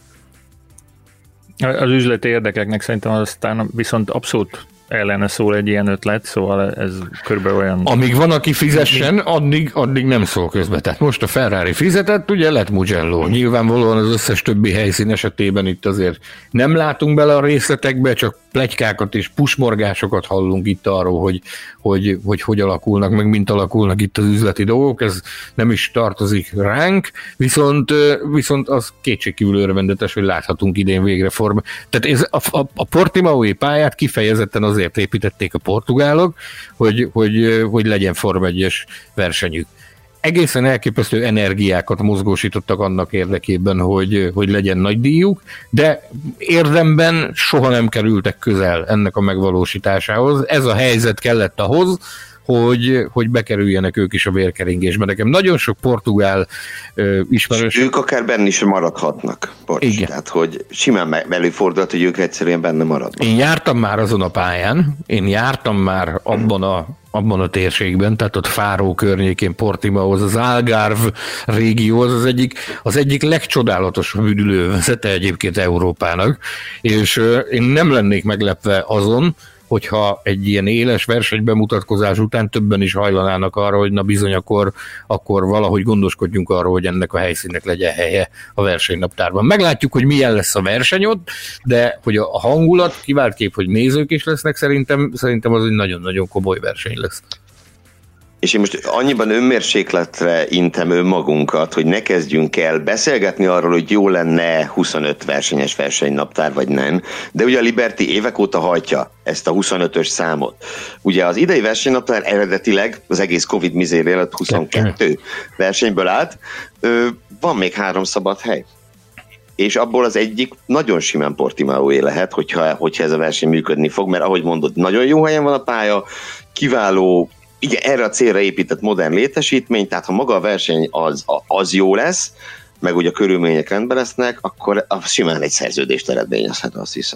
Az üzleti érdekeknek szerintem aztán viszont abszolút ellene szól egy ilyen ötlet, szóval ez körülbelül olyan... Amíg van, aki fizessen, addig, addig nem szól közbe. Tehát most a Ferrari fizetett, ugye lett Mugello. Nyilvánvalóan az összes többi helyszín esetében itt azért nem látunk bele a részletekbe, csak pletykákat és pusmorgásokat hallunk itt arról, hogy hogy, hogy hogy alakulnak, meg mint alakulnak itt az üzleti dolgok, ez nem is tartozik ránk, viszont, viszont az kétségkívül örvendetes, hogy láthatunk idén végre forma. Tehát ez a, a, a Portimaói pályát kifejezetten azért építették a portugálok, hogy, hogy, hogy legyen Forma egyes versenyük. Egészen elképesztő energiákat mozgósítottak annak érdekében, hogy, hogy legyen nagy díjuk, de érdemben soha nem kerültek közel ennek a megvalósításához. Ez a helyzet kellett ahhoz, hogy, hogy bekerüljenek ők is a vérkeringésbe. Nekem nagyon sok portugál ö, ismerős... Ők akár benne is maradhatnak. Bocs. Igen. Tehát, hogy simán előfordulhat, hogy ők egyszerűen benne maradnak. Én jártam már azon a pályán, én jártam már abban a abban a térségben, tehát ott Fáró környékén, Portimaóhoz, az Algarve régió, az az egyik, az egyik legcsodálatosabb üdülővezete egyébként Európának, és én nem lennék meglepve azon, hogyha egy ilyen éles versenybemutatkozás után többen is hajlanának arra, hogy na bizony, akkor, akkor valahogy gondoskodjunk arról, hogy ennek a helyszínnek legyen helye a versenynaptárban. Meglátjuk, hogy milyen lesz a verseny ott, de hogy a hangulat, kivált kép, hogy nézők is lesznek, szerintem, szerintem az egy nagyon-nagyon komoly verseny lesz. És én most annyiban önmérsékletre intem önmagunkat, hogy ne kezdjünk el beszélgetni arról, hogy jó lenne huszonöt versenyes versenynaptár, vagy nem, de ugye a Liberty évek óta hajtja ezt a huszonötös számot. Ugye az idei versenynaptár eredetileg az egész Covid mizéria alatt huszonkettő versenyből állt, van még három szabad hely. És abból az egyik nagyon simán Portimaóé lehet, hogyha, hogyha ez a verseny működni fog, mert ahogy mondod, nagyon jó helyen van a pálya, kiváló, igen, erre a célra épített modern létesítmény, tehát ha maga a verseny az, az jó lesz, meg ugye a körülmények rendben lesznek, akkor simán egy szerződést eredményezhet, azt hiszem.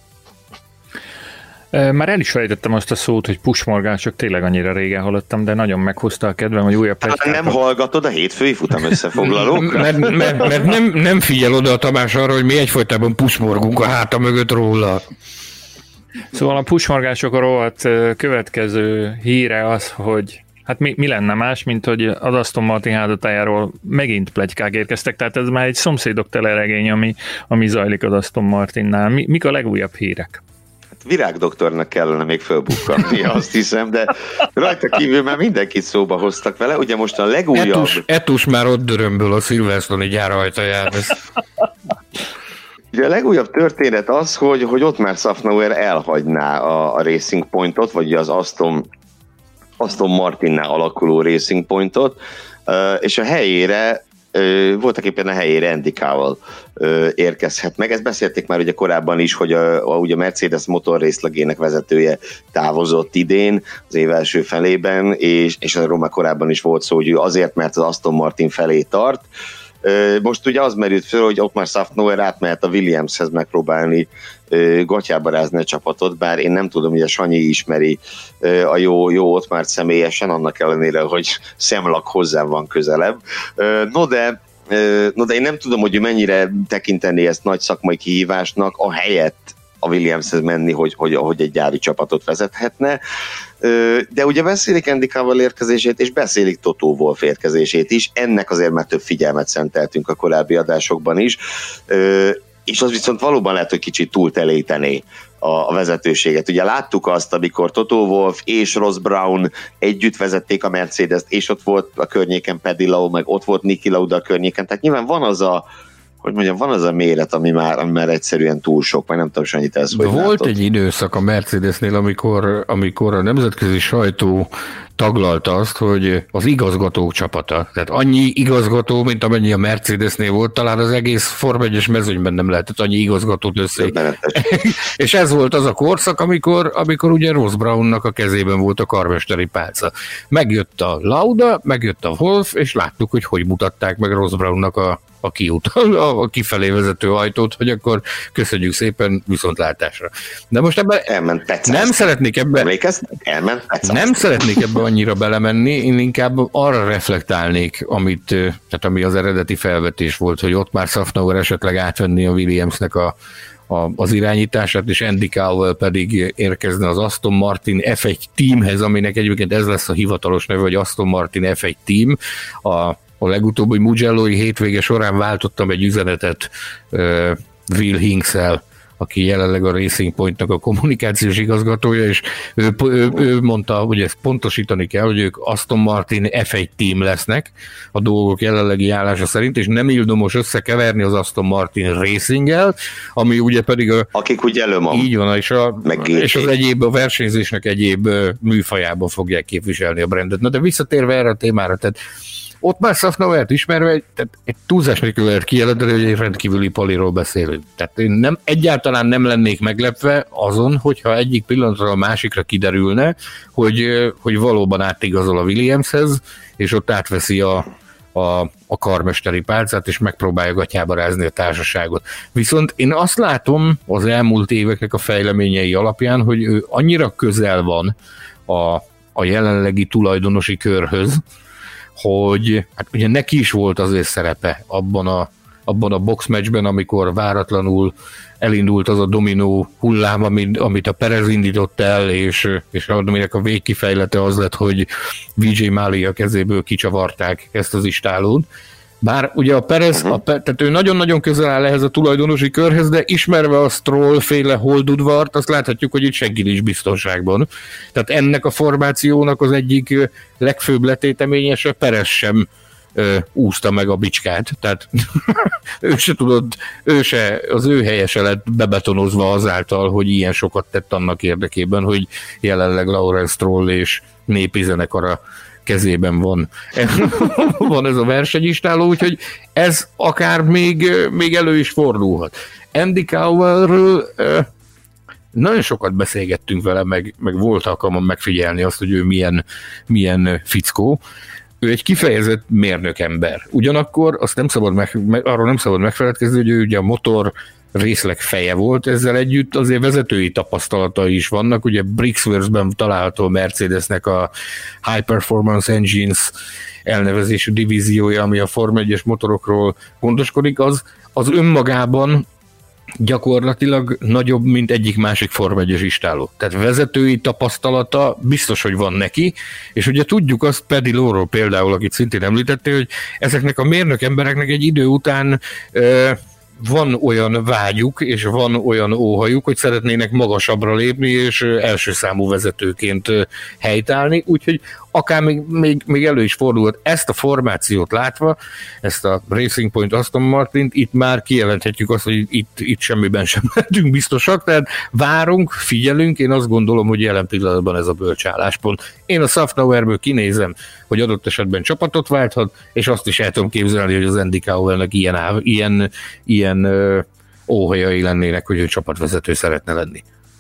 Már el is fejtettem azt a szót, hogy pusmorgások, tényleg annyira régen hallottam, de nagyon meghozta a kedvem, hogy újabb pletykák. Nem hallgatod a hétfői futam összefoglalókra? mert mert, mert nem, nem figyel oda a Tamás arra, hogy mi egyfolytában pusmorgunk a háta mögött róla. Szóval a pusmorgások a rohadt következő híre az, hogy hát mi, mi lenne más, mint hogy az Aston Martin házatájáról megint pletykák érkeztek, tehát ez már egy szomszédok teleregény, ami, ami zajlik az Aston Martinnál. Mi, mik a legújabb hírek? Virágdoktornak kellene még fölbukkanni, azt hiszem, de rajta kívül már mindenkit szóba hoztak vele. Ugye most a legújabb... Etus, Etus már ott dörömből a Silverstone-i gyár ajtaján. Ugye a legújabb történet az, hogy, hogy ott már Szafnauer elhagyná a, a Racing Pointot, vagy az Aston, Aston Martinnál alakuló Racing Pointot, és a helyére, voltak éppen a helyére Andy Cowell érkezhet meg. Ezt beszélték már ugye korábban is, hogy a, a, ugye a Mercedes motor részlegének vezetője távozott idén, az év első felében, és, és arról már korábban is volt szó, hogy azért, mert az Aston Martin felé tart. Most ugye az merült föl, hogy ott már Szafnauer átmehet a Williamshez megpróbálni gatyába rázni a csapatot, bár én nem tudom, hogy a Sanyi ismeri a jó, jó ott már személyesen, annak ellenére, hogy szemlak hozzám van közelebb. No de, no de én nem tudom, hogy ő mennyire tekinteni ezt nagy szakmai kihívásnak, a helyett a Williamshez menni, hogy, hogy, hogy egy gyári csapatot vezethetne. De ugye beszélik Andy Cowell érkezését, és beszélik Toto Wolff érkezését is. Ennek azért már több figyelmet szenteltünk a korábbi adásokban is. És az viszont valóban lehet, hogy kicsit túltelétené a vezetőséget. Ugye láttuk azt, amikor Toto Wolff és Ross Brown együtt vezették a Mercedes-t, és ott volt a környéken Paddy Lowe, meg ott volt Niki Lauda a környéken. Tehát nyilván van az a hogy mondjam, van az a méret, ami már, ami már egyszerűen túl sok, vagy nem tudom, hogy annyit ez, hogy Volt látod. Egy időszak a Mercedesnél, amikor, amikor a nemzetközi sajtó taglalta azt, hogy az igazgatók csapata, tehát annyi igazgató, mint amennyi a Mercedesnél volt, talán az egész Forma egyes mezőnyben nem lehetett annyi igazgatót össze. És ez volt az a korszak, amikor, amikor ugye Ross Brownnak a kezében volt a karmesteri pálca. Megjött a Lauda, megjött a Wolf, és láttuk, hogy hogy mutatták meg Ross Brownnak a a kiút, a kifelé vezető ajtót, hogy akkor köszönjük szépen, viszontlátásra. De most ebben elment nem szeretnék ebbe nem szeretnék ebbe annyira belemenni, én inkább arra reflektálnék, amit, tehát ami az eredeti felvetés volt, hogy ott már Szafnauer esetleg átvenni a Williamsnek a A, az irányítását, és Andy Cowell pedig érkezne az Aston Martin ef egy teamhez, aminek egyébként ez lesz a hivatalos neve, hogy Aston Martin ef egy team. A, a legutóbbi Mugello-i hétvége során váltottam egy üzenetet uh, Will Hinks-el, aki jelenleg a Racing Point-nak a kommunikációs igazgatója, és ő, ő, ő mondta, hogy ezt pontosítani kell, hogy ők Aston Martin ef egy team lesznek a dolgok jelenlegi állása szerint, és nem ildomos összekeverni az Aston Martin Racing-el, ami ugye pedig a... Akik ugye előmam. Így van, és, a, és az egyéb, a versenyzésnek egyéb műfajában fogják képviselni a brandet. Na de visszatérve erre a témára, tehát ott már Szafnauert ismerve, tehát egy túlzás nélkül lehet kijelenteni, hogy egy rendkívüli paliról beszélünk. Tehát én nem, egyáltalán nem lennék meglepve azon, hogyha egyik pillanatra a másikra kiderülne, hogy, hogy valóban átigazol a Williamshez, és ott átveszi a, a, a karmesteri pálcát, és megpróbálja gatyába rázni a társaságot. Viszont én azt látom az elmúlt éveknek a fejleményei alapján, hogy ő annyira közel van a, a jelenlegi tulajdonosi körhöz, hogy hát ugye neki is volt azért szerepe abban a, abban a boxmatchben, amikor váratlanul elindult az a dominó hullám, amit, amit a Perez indított el, és, és aminek a végkifejlete az lett, hogy vé jé Malia kezéből kicsavarták ezt az istálót. Bár ugye a Perez, a, tehát ő nagyon-nagyon közel áll ehhez a tulajdonosi körhez, de ismerve a Stroll-féle holdudvart, azt láthatjuk, hogy itt senki nincs biztonságban. Tehát ennek a formációnak az egyik legfőbb letéteményese, Perez sem ö, úszta meg a bicskát. Tehát ő se tudott, ő se, az ő helye se lett bebetonozva azáltal, hogy ilyen sokat tett annak érdekében, hogy jelenleg Lawrence Stroll és népi zenekara kezében van, van ez a versenyistáló, úgyhogy ez akár még, még elő is fordulhat. Andy Cowellről nagyon sokat beszélgettünk vele, meg, meg volt alkalmam megfigyelni azt, hogy ő milyen, milyen fickó. Ő egy kifejezett mérnökember. Ugyanakkor azt nem szabad meg, arról nem szabad megfeledkezni, hogy ő ugye a motor részleg feje volt, ezzel együtt azért vezetői tapasztalatai is vannak, ugye Brixworth-ben található a Mercedesnek a High Performance Engines elnevezésű divíziója, ami a Forma egyes motorokról gondoskodik, az, az önmagában gyakorlatilag nagyobb, mint egyik másik Forma egyes istáló. Tehát vezetői tapasztalata biztos, hogy van neki, és ugye tudjuk azt Paddy Lowe-ról például, akit szintén említettél, hogy ezeknek a mérnök embereknek egy idő után ö, van olyan vágyuk, és van olyan óhajuk, hogy szeretnének magasabbra lépni, és első számú vezetőként helytállni, úgyhogy akár még, még, még elő is fordulhat. Ezt a formációt látva, ezt a Racing Point Aston Martint, itt már kijelenthetjük azt, hogy itt, itt semmiben sem lehetünk biztosak, tehát várunk, figyelünk, én azt gondolom, hogy jelen pillanatban ez a bölcs álláspont. Én a Szafnauerből kinézem, hogy adott esetben csapatot válthat, és azt is el tudom képzelni, hogy az Andy Cowellnek ilyen, ilyen, ilyen ö, óhajai lennének, hogy ő csapatvezető szeretne lenni.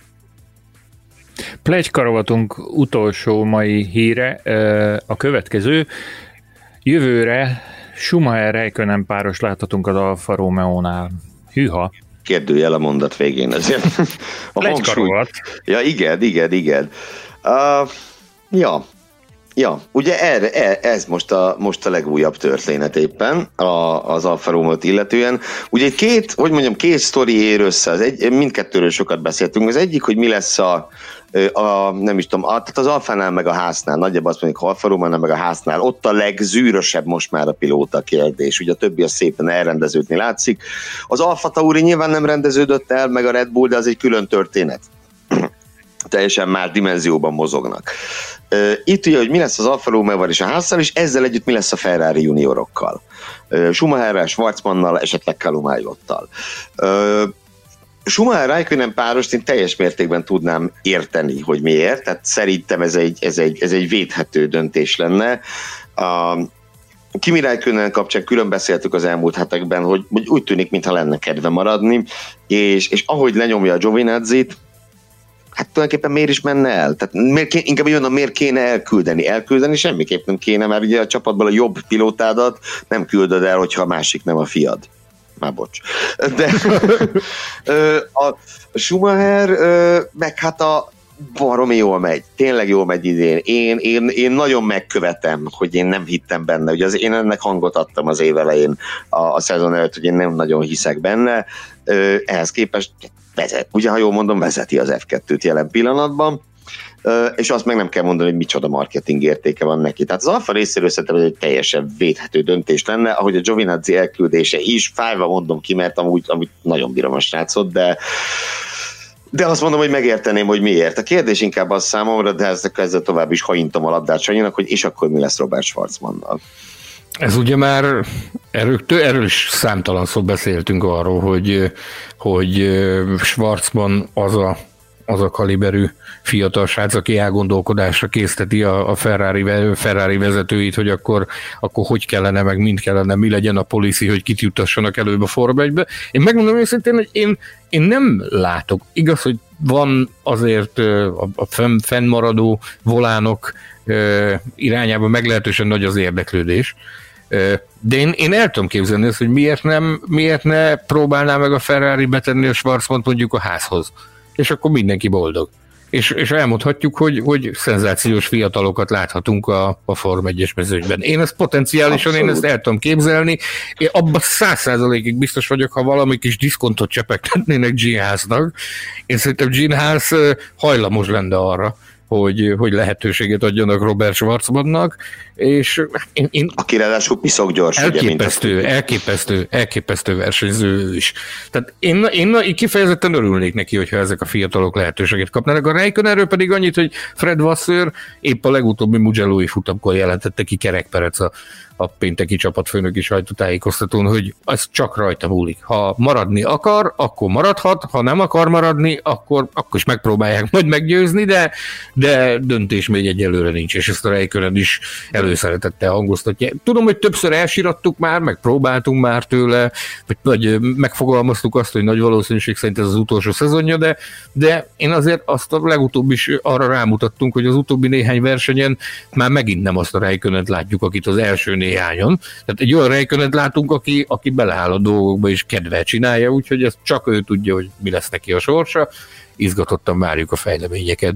Pletykarovatunk utolsó mai híre a következő. Jövőre Schumacher-Räikkönen páros láthatunk az Alfa Romeo-nál. Hűha! Kérdőjel a mondat végén azért. Pletykarovat. Ja, igen, igen, igen. Uh, ja, Ja, ugye erre, ez most a, most a legújabb történet éppen a, az Alfa Romeo-t illetően. Ugye két, hogy mondjam, két sztori ér össze, az egy, mindkettőről sokat beszéltünk. Az egyik, hogy mi lesz a, a nem is tudom, a, tehát az Alfánál meg a Haasnál, nagyjából azt mondjuk Alfa Romeo-nál meg a Haasnál, ott a legzűrösebb most már a pilóta kérdés. Ugye a többi az szépen elrendeződni látszik. Az Alfa Tauri nyilván nem rendeződött el, meg a Red Bull, de az egy külön történet. Teljesen más dimenzióban mozognak. Itt ugye, hogy mi lesz az Alfa Romeo-val és a Haasszal, és ezzel együtt mi lesz a Ferrari juniorokkal. Schumacherrel, Schwarzmannal, esetleg Kalumájottal. Schumacher-Raikkonen párost én teljes mértékben tudnám érteni, hogy miért, tehát szerintem ez egy, ez egy, ez egy védhető döntés lenne. A Kimi Räikkönen kapcsán külön beszéltük az elmúlt hetekben, hogy, hogy úgy tűnik, mintha lenne kedve maradni, és, és ahogy lenyomja a Giovinazzi-t, hát tulajdonképpen miért is menne el? Tehát miért kéne, inkább jön, miért kéne elküldeni? Elküldeni semmiképp nem kéne, mert ugye a csapatban a jobb pilótádat nem küldöd el, hogyha a másik nem a fiad. Már bocs. De a Schumacher meg hát a baromi jól megy, tényleg jól megy idén. Én, én, én nagyon megkövetem, hogy én nem hittem benne. Ugye az, én ennek hangot adtam az év elején a, a szezon előtt, hogy én nem nagyon hiszek benne. Ehhez képest vezet, ugye ha jól mondom, vezeti az ef kettőt jelen pillanatban. És azt meg nem kell mondani, hogy micsoda marketing értéke van neki. Tehát az Alfa részéről szerintem ez egy teljesen védhető döntés lenne, ahogy a Giovinazzi elküldése is, fájva mondom ki, mert amúgy, amúgy nagyon bírom a srácot, de de azt mondom, hogy megérteném, hogy miért. A kérdés inkább az számomra, de ezzel, ezzel tovább is haintom a labdát Sanyinak, hogy és akkor mi lesz Robert Schwarzmannal. Ez ugye már, erről, erről is számtalan szó beszéltünk arról, hogy, hogy Schwarzmann az a az a kaliberű fiatal srác, aki elgondolkodásra készteti a, a Ferrari, Ferrari vezetőit, hogy akkor, akkor hogy kellene, meg mind kellene, mi legyen a policy, hogy kit juttassanak előbb a Forma egybe. Én megmondom őszintén, hogy én, én nem látok. Igaz, hogy van azért a, a fenn, fennmaradó volánok irányában meglehetősen nagy az érdeklődés, de én, én el tudom képzelni ezt, hogy miért, nem, miért ne próbálná meg a Ferrari betenni a Schwarzmannt mondjuk a házhoz. És akkor mindenki boldog. És, és elmondhatjuk, hogy, hogy szenzációs fiatalokat láthatunk a, a Forma egyes mezőnyben. Én ezt potenciálisan, Abszolút. én ezt el tudom képzelni. Én abban száz százalékig biztos vagyok, ha valami kis diszkontot csepegtetnének Gene Haasnak. Én szerintem Gene Haas hajlamos lenne arra, hogy, hogy lehetőséget adjanak Robert Schwarzmannnak, és én, én aki ráadásul piszok gyors. Elképesztő, ugye, elképesztő, elképesztő versenyző is. Tehát én, én kifejezetten örülnék neki, hogyha ezek a fiatalok lehetőséget kapnának. A Räikkönenről pedig annyit, hogy Fred Vasseur épp a legutóbbi Mugello-i futamkor jelentette ki Kerek Perec a a pénteki csapatfőnöki sajtótájékoztatón, hogy az csak rajta múlik. Ha maradni akar, akkor maradhat, ha nem akar maradni, akkor, akkor is megpróbálják majd meggyőzni, de, de döntés még egyelőre nincs, és ezt a Räikkönen is előszeretettel hangoztatja. Tudom, hogy többször elsirattuk már, meg próbáltunk már tőle, vagy, vagy megfogalmaztuk azt, hogy nagy valószínűség szerint ez az utolsó szezonja, de, de én azért azt a legutóbb is arra rámutattunk, hogy az utóbbi néhány versenyen már megint nem azt a Räikkönent látjuk, akit az első néhányon. Tehát egy olyan Räikkönet látunk, aki, aki beleáll a dolgokba és kedvel csinálja, úgyhogy ezt csak ő tudja, hogy mi lesz neki a sorsa. Izgatottan várjuk a fejleményeket.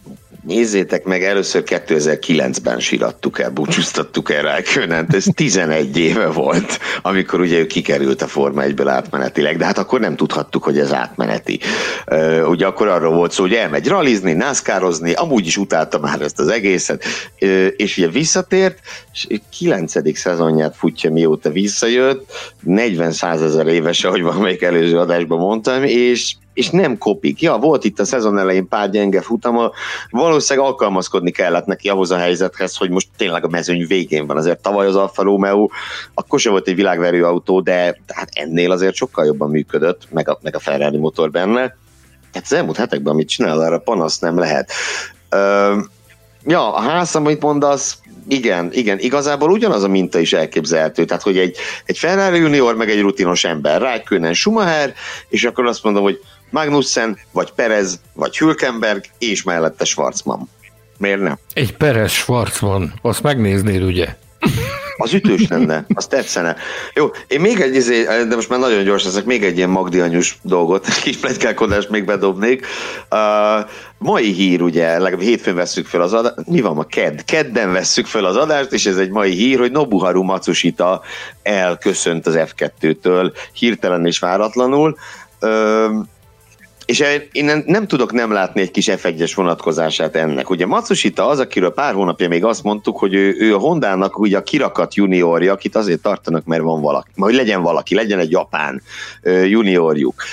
Nézzétek meg, először kétezer-kilencben sirattuk el, búcsúztattuk el Räikkönent, ez tizenegy éve volt, amikor ugye ő kikerült a Forma egyből átmenetileg, de hát akkor nem tudhattuk, hogy ez átmeneti. Uh, ugye akkor arról volt szó, hogy elmegy rallizni, nászkározni, amúgy is utálta már ezt az egészet, uh, és ugye visszatért, és kilencedik szezonját futja, mióta visszajött, negyven-százezer éves, ahogy valamelyik előző adásban mondtam, és és nem kopik. Ja, volt itt a szezon elején pár gyenge futama, valószínűleg alkalmazkodni kellett neki ahhoz a helyzethez, hogy most tényleg a mezőny végén van. Azért tavaly az Alfa Romeo, akkor sem volt egy világverő autó, de hát ennél azért sokkal jobban működött, meg a, meg a Ferrari motor benne. Tehát az elmúlt hetekben, amit csinál, arra panasz nem lehet. Ö, ja, a ház, amit mondasz, igen, igen, igazából ugyanaz a minta is elképzelhető, tehát hogy egy, egy Ferrari junior, meg egy rutinos ember, Räikkönen, Schumacher, és akkor azt mondom, hogy Magnussen, vagy Perez, vagy Hülkenberg, és mellette Schwarzmann. Miért nem? Egy Perez Schwarzmann, azt megnéznéd, ugye? Az ütős lenne, az tetszene. Jó, én még egy, de most már nagyon gyors leszek, még egy ilyen Magdi anyus dolgot, kis pletykálkodást még bedobnék. Uh, mai hír, ugye, legalább hétfőn vesszük fel az adást, mi van ma? Kedd. Kedden vesszük fel az adást, és ez egy mai hír, hogy Nobuharu Matsushita elköszönt az ef kettőtől, hirtelen és váratlanul. Uh, és én nem tudok nem látni egy kis ef egyes vonatkozását ennek. Ugye Matsushita az, akiről pár hónapja még azt mondtuk, hogy ő, ő a Hondának ugye a kirakat juniorja, akit azért tartanak, mert van valaki. Hogy legyen valaki, legyen egy japán juniorjuk.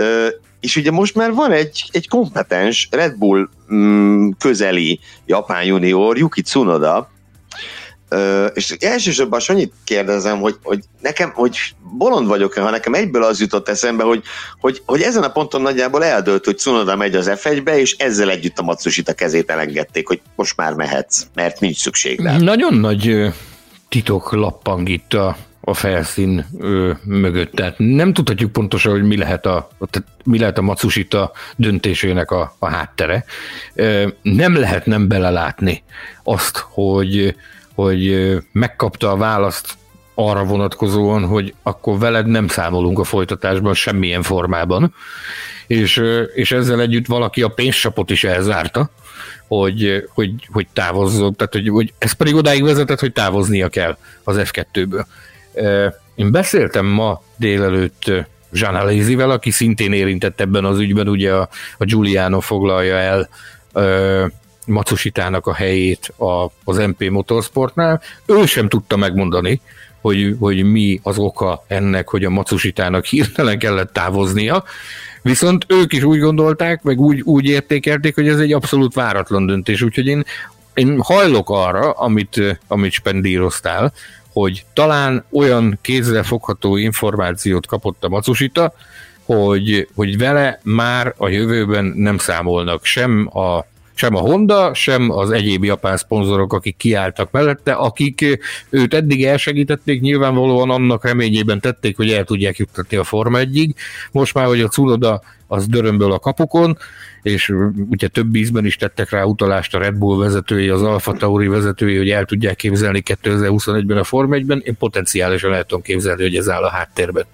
És ugye most már van egy, egy kompetens Red Bull mm, közeli japán junior, Yuki Tsunoda, És elsősorban annyit kérdezem, hogy, hogy nekem, hogy bolond vagyok-e, ha nekem egyből az jutott eszembe, hogy, hogy, hogy ezen a ponton nagyjából eldőlt, hogy Tsunoda megy az ef egybe, és ezzel együtt a Matsushita kezét elengedték, hogy most már mehetsz, mert nincs szükség rá. Nagyon nagy titok lappang itt a, a felszín ö, mögött, tehát nem tudhatjuk pontosan, hogy mi lehet a, mi lehet a Matsushita döntésének a, a háttere. Ö, nem lehet nem belelátni azt, hogy hogy megkapta a választ arra vonatkozóan, hogy akkor veled nem számolunk a folytatásban semmilyen formában, és, és ezzel együtt valaki a pénzsapot is elzárta, hogy, hogy, hogy távozzon, tehát hogy, hogy ez pedig odáig vezetett, hogy távoznia kell az ef kettőből. Én beszéltem ma délelőtt Jean Alesivel, aki szintén érintett ebben az ügyben, ugye a, a Giuliano foglalja el Matsushitának a helyét a, az em pé Motorsportnál. Ő sem tudta megmondani, hogy, hogy mi az oka ennek, hogy a Matsushitának hirtelen kellett távoznia, viszont ők is úgy gondolták, meg úgy, úgy értékelték, hogy ez egy abszolút váratlan döntés, úgyhogy én, én hajlok arra, amit, amit spendíroztál, hogy talán olyan kézzel fogható információt kapott a Matsushita, hogy, hogy vele már a jövőben nem számolnak sem a sem a Honda, sem az egyéb japán szponzorok, akik kiálltak mellette, akik őt eddig elsegítették, nyilvánvalóan annak reményében tették, hogy el tudják juttatni a Forma egyig. Most már, hogy a Tsunoda az dörömböl a kapukon, és ugye több ízben is tettek rá utalást a Red Bull vezetői, az Alfa Tauri vezetői, hogy el tudják képzelni kétezer-huszonegyben a Forma egyben. Én potenciálisan el tudom képzelni, hogy ez áll a háttérben.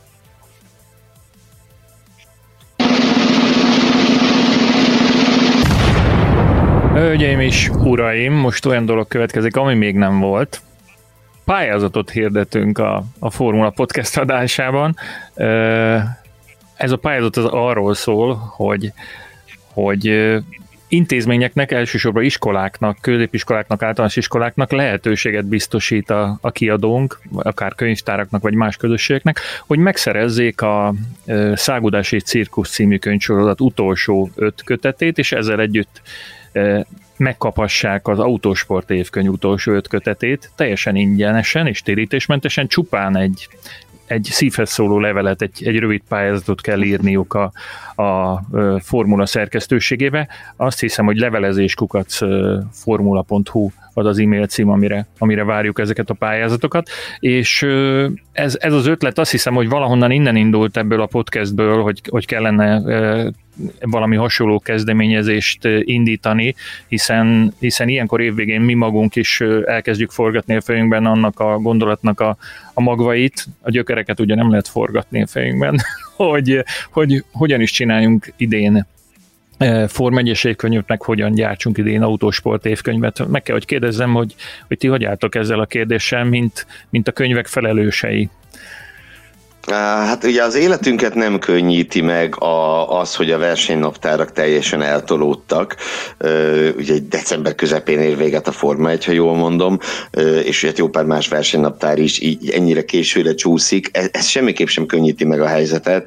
Hölgyeim és uraim, most olyan dolog következik, ami még nem volt. Pályázatot hirdetünk a, a Formula Podcast adásában. Ez a pályázat az arról szól, hogy, hogy intézményeknek, elsősorban iskoláknak, középiskoláknak, általános iskoláknak lehetőséget biztosít a, a kiadónk, akár könyvtáraknak, vagy más közösségeknek, hogy megszerezzék a Szágudás és Cirkusz című könyvsorozat utolsó öt kötetét, és ezzel együtt megkaphassák az Autósport évkönyv utolsó öt kötetét teljesen ingyenesen és térítésmentesen, csupán egy, egy szívhez szóló levelet, egy, egy rövid pályázatot kell írniuk a, a Formula szerkesztőségébe. Azt hiszem, hogy levelezéskukac formula pont hu az az e-mail cím, amire, amire várjuk ezeket a pályázatokat, és ez, ez az ötlet, azt hiszem, hogy valahonnan innen indult ebből a podcastből, hogy, hogy kellene valami hasonló kezdeményezést indítani, hiszen, hiszen ilyenkor évvégén mi magunk is elkezdjük forgatni a fejünkben annak a gondolatnak a, a magvait, a gyökereket ugye nem lehet forgatni a fejünkben, hogy, hogy hogyan is csináljunk idén Forma egyes évkönyvet, meg hogyan gyártsunk idén autósport évkönyvet. Meg kell, hogy kérdezzem, hogy, hogy ti hogy álltok ezzel a kérdéssel, mint, mint a könyvek felelősei. Hát ugye az életünket nem könnyíti meg a, az, hogy a versenynaptárak teljesen eltolódtak. Ugye december közepén ér véget a Forma egy, ha jól mondom, és ugye jó pár más versenynaptár is így ennyire későre csúszik. Ez, ez semmiképp sem könnyíti meg a helyzetet.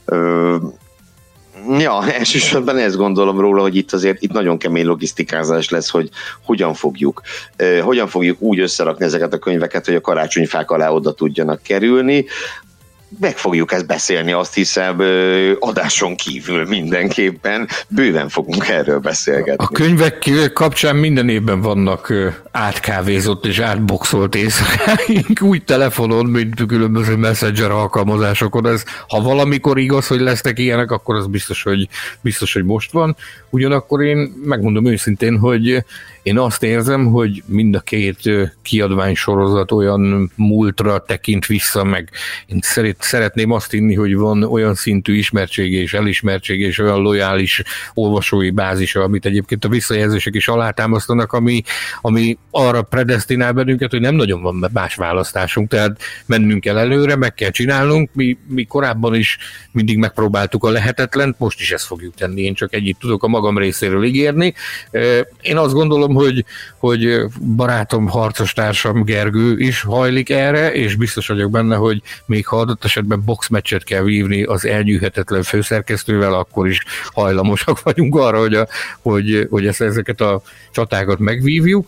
Ja, elsősorban ezt gondolom róla, hogy itt azért itt nagyon kemény logisztikázás lesz, hogy hogyan fogjuk, eh, hogyan fogjuk úgy összerakni ezeket a könyveket, hogy a karácsonyfák alá oda tudjanak kerülni. Meg fogjuk ezt beszélni, azt hiszem, adáson kívül mindenképpen. Bőven fogunk erről beszélgetni. A könyvek kapcsán minden évben vannak átkávézott és átboxolt éjszakáink, úgy telefonon, mint különböző messenger alkalmazásokon. Ez, ha valamikor igaz, hogy lesznek ilyenek, akkor az biztos, hogy, biztos, hogy most van. Ugyanakkor én megmondom őszintén, hogy én azt érzem, hogy mind a két kiadványsorozat olyan múltra tekint vissza, meg én szeretném azt hinni, hogy van olyan szintű ismertsége és elismertsége és olyan lojális olvasói bázisa, amit egyébként a visszajelzések is alátámasztanak, ami, ami arra predesztinál bennünket, hogy nem nagyon van más választásunk, tehát mennünk kell előre, meg kell csinálnunk, mi, mi korábban is mindig megpróbáltuk a lehetetlent, most is ezt fogjuk tenni, én csak együtt tudok a magam részéről ígérni. Én azt gondolom, hogy, hogy barátom, harcos társam Gergő is hajlik erre, és biztos vagyok benne, hogy még ha adott esetben boxmeccset kell vívni az elnyűhetetlen főszerkesztővel, akkor is hajlamosak vagyunk arra, hogy, a, hogy, hogy ezt, ezeket a csatákat megvívjuk, úgyhogy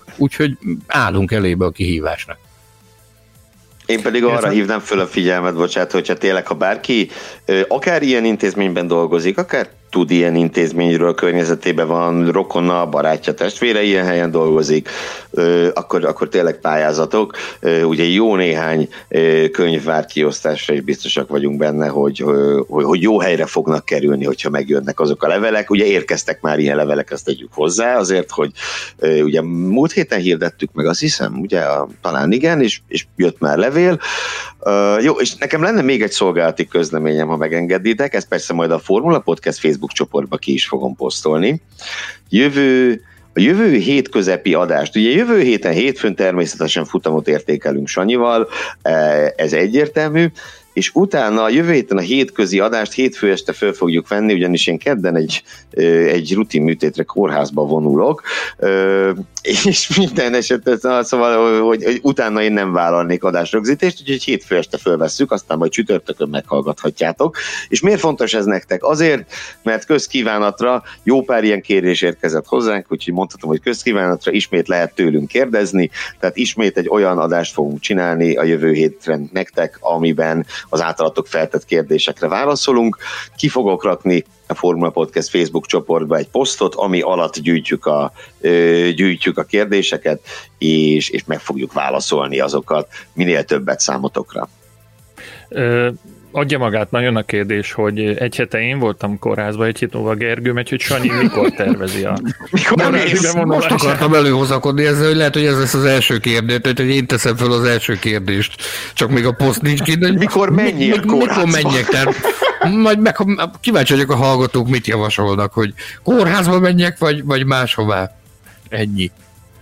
úgyhogy állunk elébe a kihívásnak. Én pedig arra hívnám föl a figyelmet, bocsánat, hogyha tényleg, ha bárki akár ilyen intézményben dolgozik, akár tud ilyen intézményről, környezetében van rokona, barátja, testvére ilyen helyen dolgozik, akkor, akkor tényleg pályázatok. Ugye jó néhány könyv vár kiosztásra, és biztosak vagyunk benne, hogy, hogy, hogy jó helyre fognak kerülni, hogyha megjönnek azok a levelek. Ugye érkeztek már ilyen levelek, ezt tegyük hozzá, azért, hogy ugye múlt héten hirdettük meg, azt hiszem, ugye a, talán igen, és, és jött már levél. Uh, jó, és nekem lenne még egy szolgálati közleményem, ha megengeditek, ezt persze majd a Formula Podcast Facebook csoportba ki is fogom posztolni. Jövő, a jövő hét közepi adást, ugye jövő héten hétfőn természetesen futamot értékelünk Sanyival, ez egyértelmű, és utána a jövő héten a hétközi adást hétfő este föl fogjuk venni, ugyanis én kedden egy, egy rutin műtétre kórházba vonulok, és minden esetben szóval, hogy, hogy utána én nem vállalnék adásrögzítést, úgyhogy hétfő este fölvesszük, aztán majd csütörtökön meghallgathatjátok. És miért fontos ez nektek? Azért, mert közkívánatra jó pár ilyen kérdés érkezett hozzánk, úgyhogy mondhatom, hogy közkívánatra ismét lehet tőlünk kérdezni, tehát ismét egy olyan adást fogunk csinálni a jövő hétre nektek, amiben az általatok feltett kérdésekre válaszolunk. Ki fogok rakni a Formula Podcast Facebook csoportba egy posztot, ami alatt gyűjtjük a, ö, gyűjtjük a kérdéseket, és, és meg fogjuk válaszolni azokat minél többet számotokra. Ö, adja magát nagyon a kérdés, hogy egy hete én voltam kórházban, egy hét múlva Gergő megy, hogy Sanyi mikor tervezi a... Mikor most akartam előhozakodni ezzel, hogy lehet, hogy ez lesz az első kérdés, tehát hogy én teszem fel az első kérdést, csak még a poszt nincs ki. Mikor menjél mi, Mikor menjek, tehát majd meg, kíváncsi vagyok a hallgatók, mit javasolnak, hogy kórházba menjek, vagy, vagy máshová. Ennyi.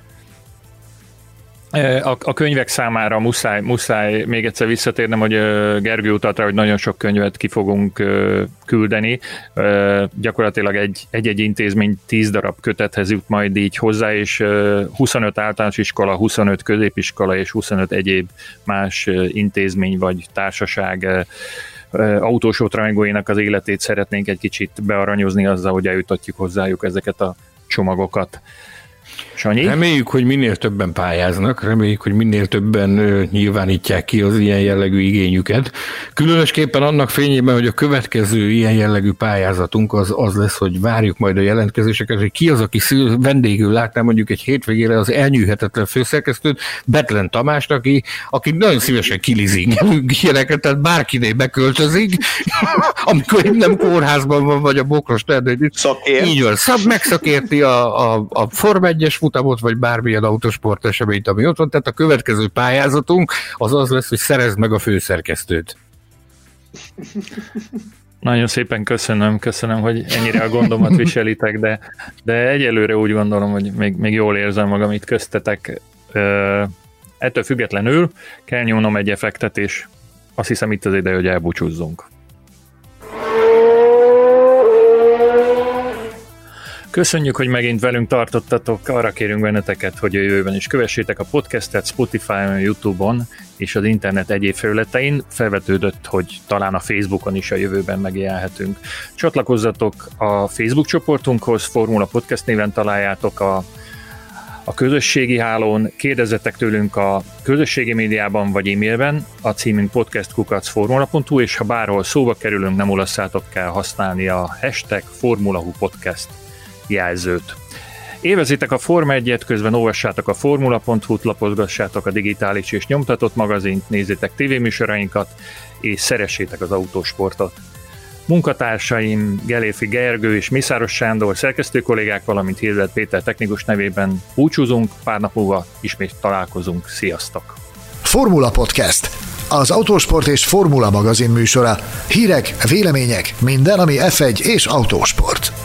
A, a könyvek számára muszáj, muszáj még egyszer visszatérnem, hogy Gergő utalta, hogy nagyon sok könyvet ki fogunk küldeni. Gyakorlatilag egy, egy-egy intézmény tíz darab kötethez jut majd így hozzá, és huszonöt általános iskola, huszonöt középiskola és huszonöt egyéb más intézmény vagy társaság autós rajongóinak az életét szeretnénk egy kicsit bearanyozni azzal, hogy eljutatjuk hozzájuk ezeket a csomagokat. Sanyi? Reméljük, hogy minél többen pályáznak, reméljük, hogy minél többen ö, nyilvánítják ki az ilyen jellegű igényüket. Különösképpen annak fényében, hogy a következő ilyen jellegű pályázatunk az, az lesz, hogy várjuk majd a jelentkezéseket, hogy ki az, aki vendégül látná mondjuk egy hétvégére az elnyűhetetlen főszerkesztőt, Betlen Tamást, aki, aki nagyon szívesen kilizing ilyeneket, tehát bárkiné beköltözik, amikor nem kórházban van, vagy a Bokros erdőn. Szakért. Így van, szab, megszakérti a, a, a Forma egyes futamot, vagy bármilyen autósport eseményt, ami ott van, tehát a következő pályázatunk az az lesz, hogy szerezd meg a főszerkesztőt. Nagyon szépen köszönöm, köszönöm, hogy ennyire a gondomat viselitek, de, de egyelőre úgy gondolom, hogy még, még jól érzem magam itt köztetek. Ettől függetlenül kell nyomnom egy effektet, és azt hiszem itt az ideje, hogy elbúcsúzzunk. Köszönjük, hogy megint velünk tartottatok, arra kérünk benneteket, hogy a jövőben is kövessétek a podcastet Spotify-on, YouTube-on és az internet egyéb felületein. Felvetődött, hogy talán a Facebookon is a jövőben megjelenhetünk. Csatlakozzatok a Facebook csoportunkhoz, Formula Podcast néven találjátok a, a közösségi hálón, kérdezzetek tőlünk a közösségi médiában vagy e-mailben, a címünk podcast kukac formula pont hu, és ha bárhol szóba kerülünk, nem olasszátok, kell használni a hashtag Formula Podcast jelzőt. Élvezzétek a Forma egyet, közben olvassátok a formula pont hu-t, lapozgassátok a digitális és nyomtatott magazint, nézzétek tévéműsorainkat, és szeressétek az autósportot. Munkatársaim Gelérfi Gergő és Mészáros Sándor szerkesztő kollégák, valamint Hilbert Péter technikus nevében búcsúzunk, pár nap múlva ismét találkozunk. Sziasztok! Formula Podcast, az autósport és formula magazin műsora. Hírek, vélemények, minden, ami ef egy és autósport.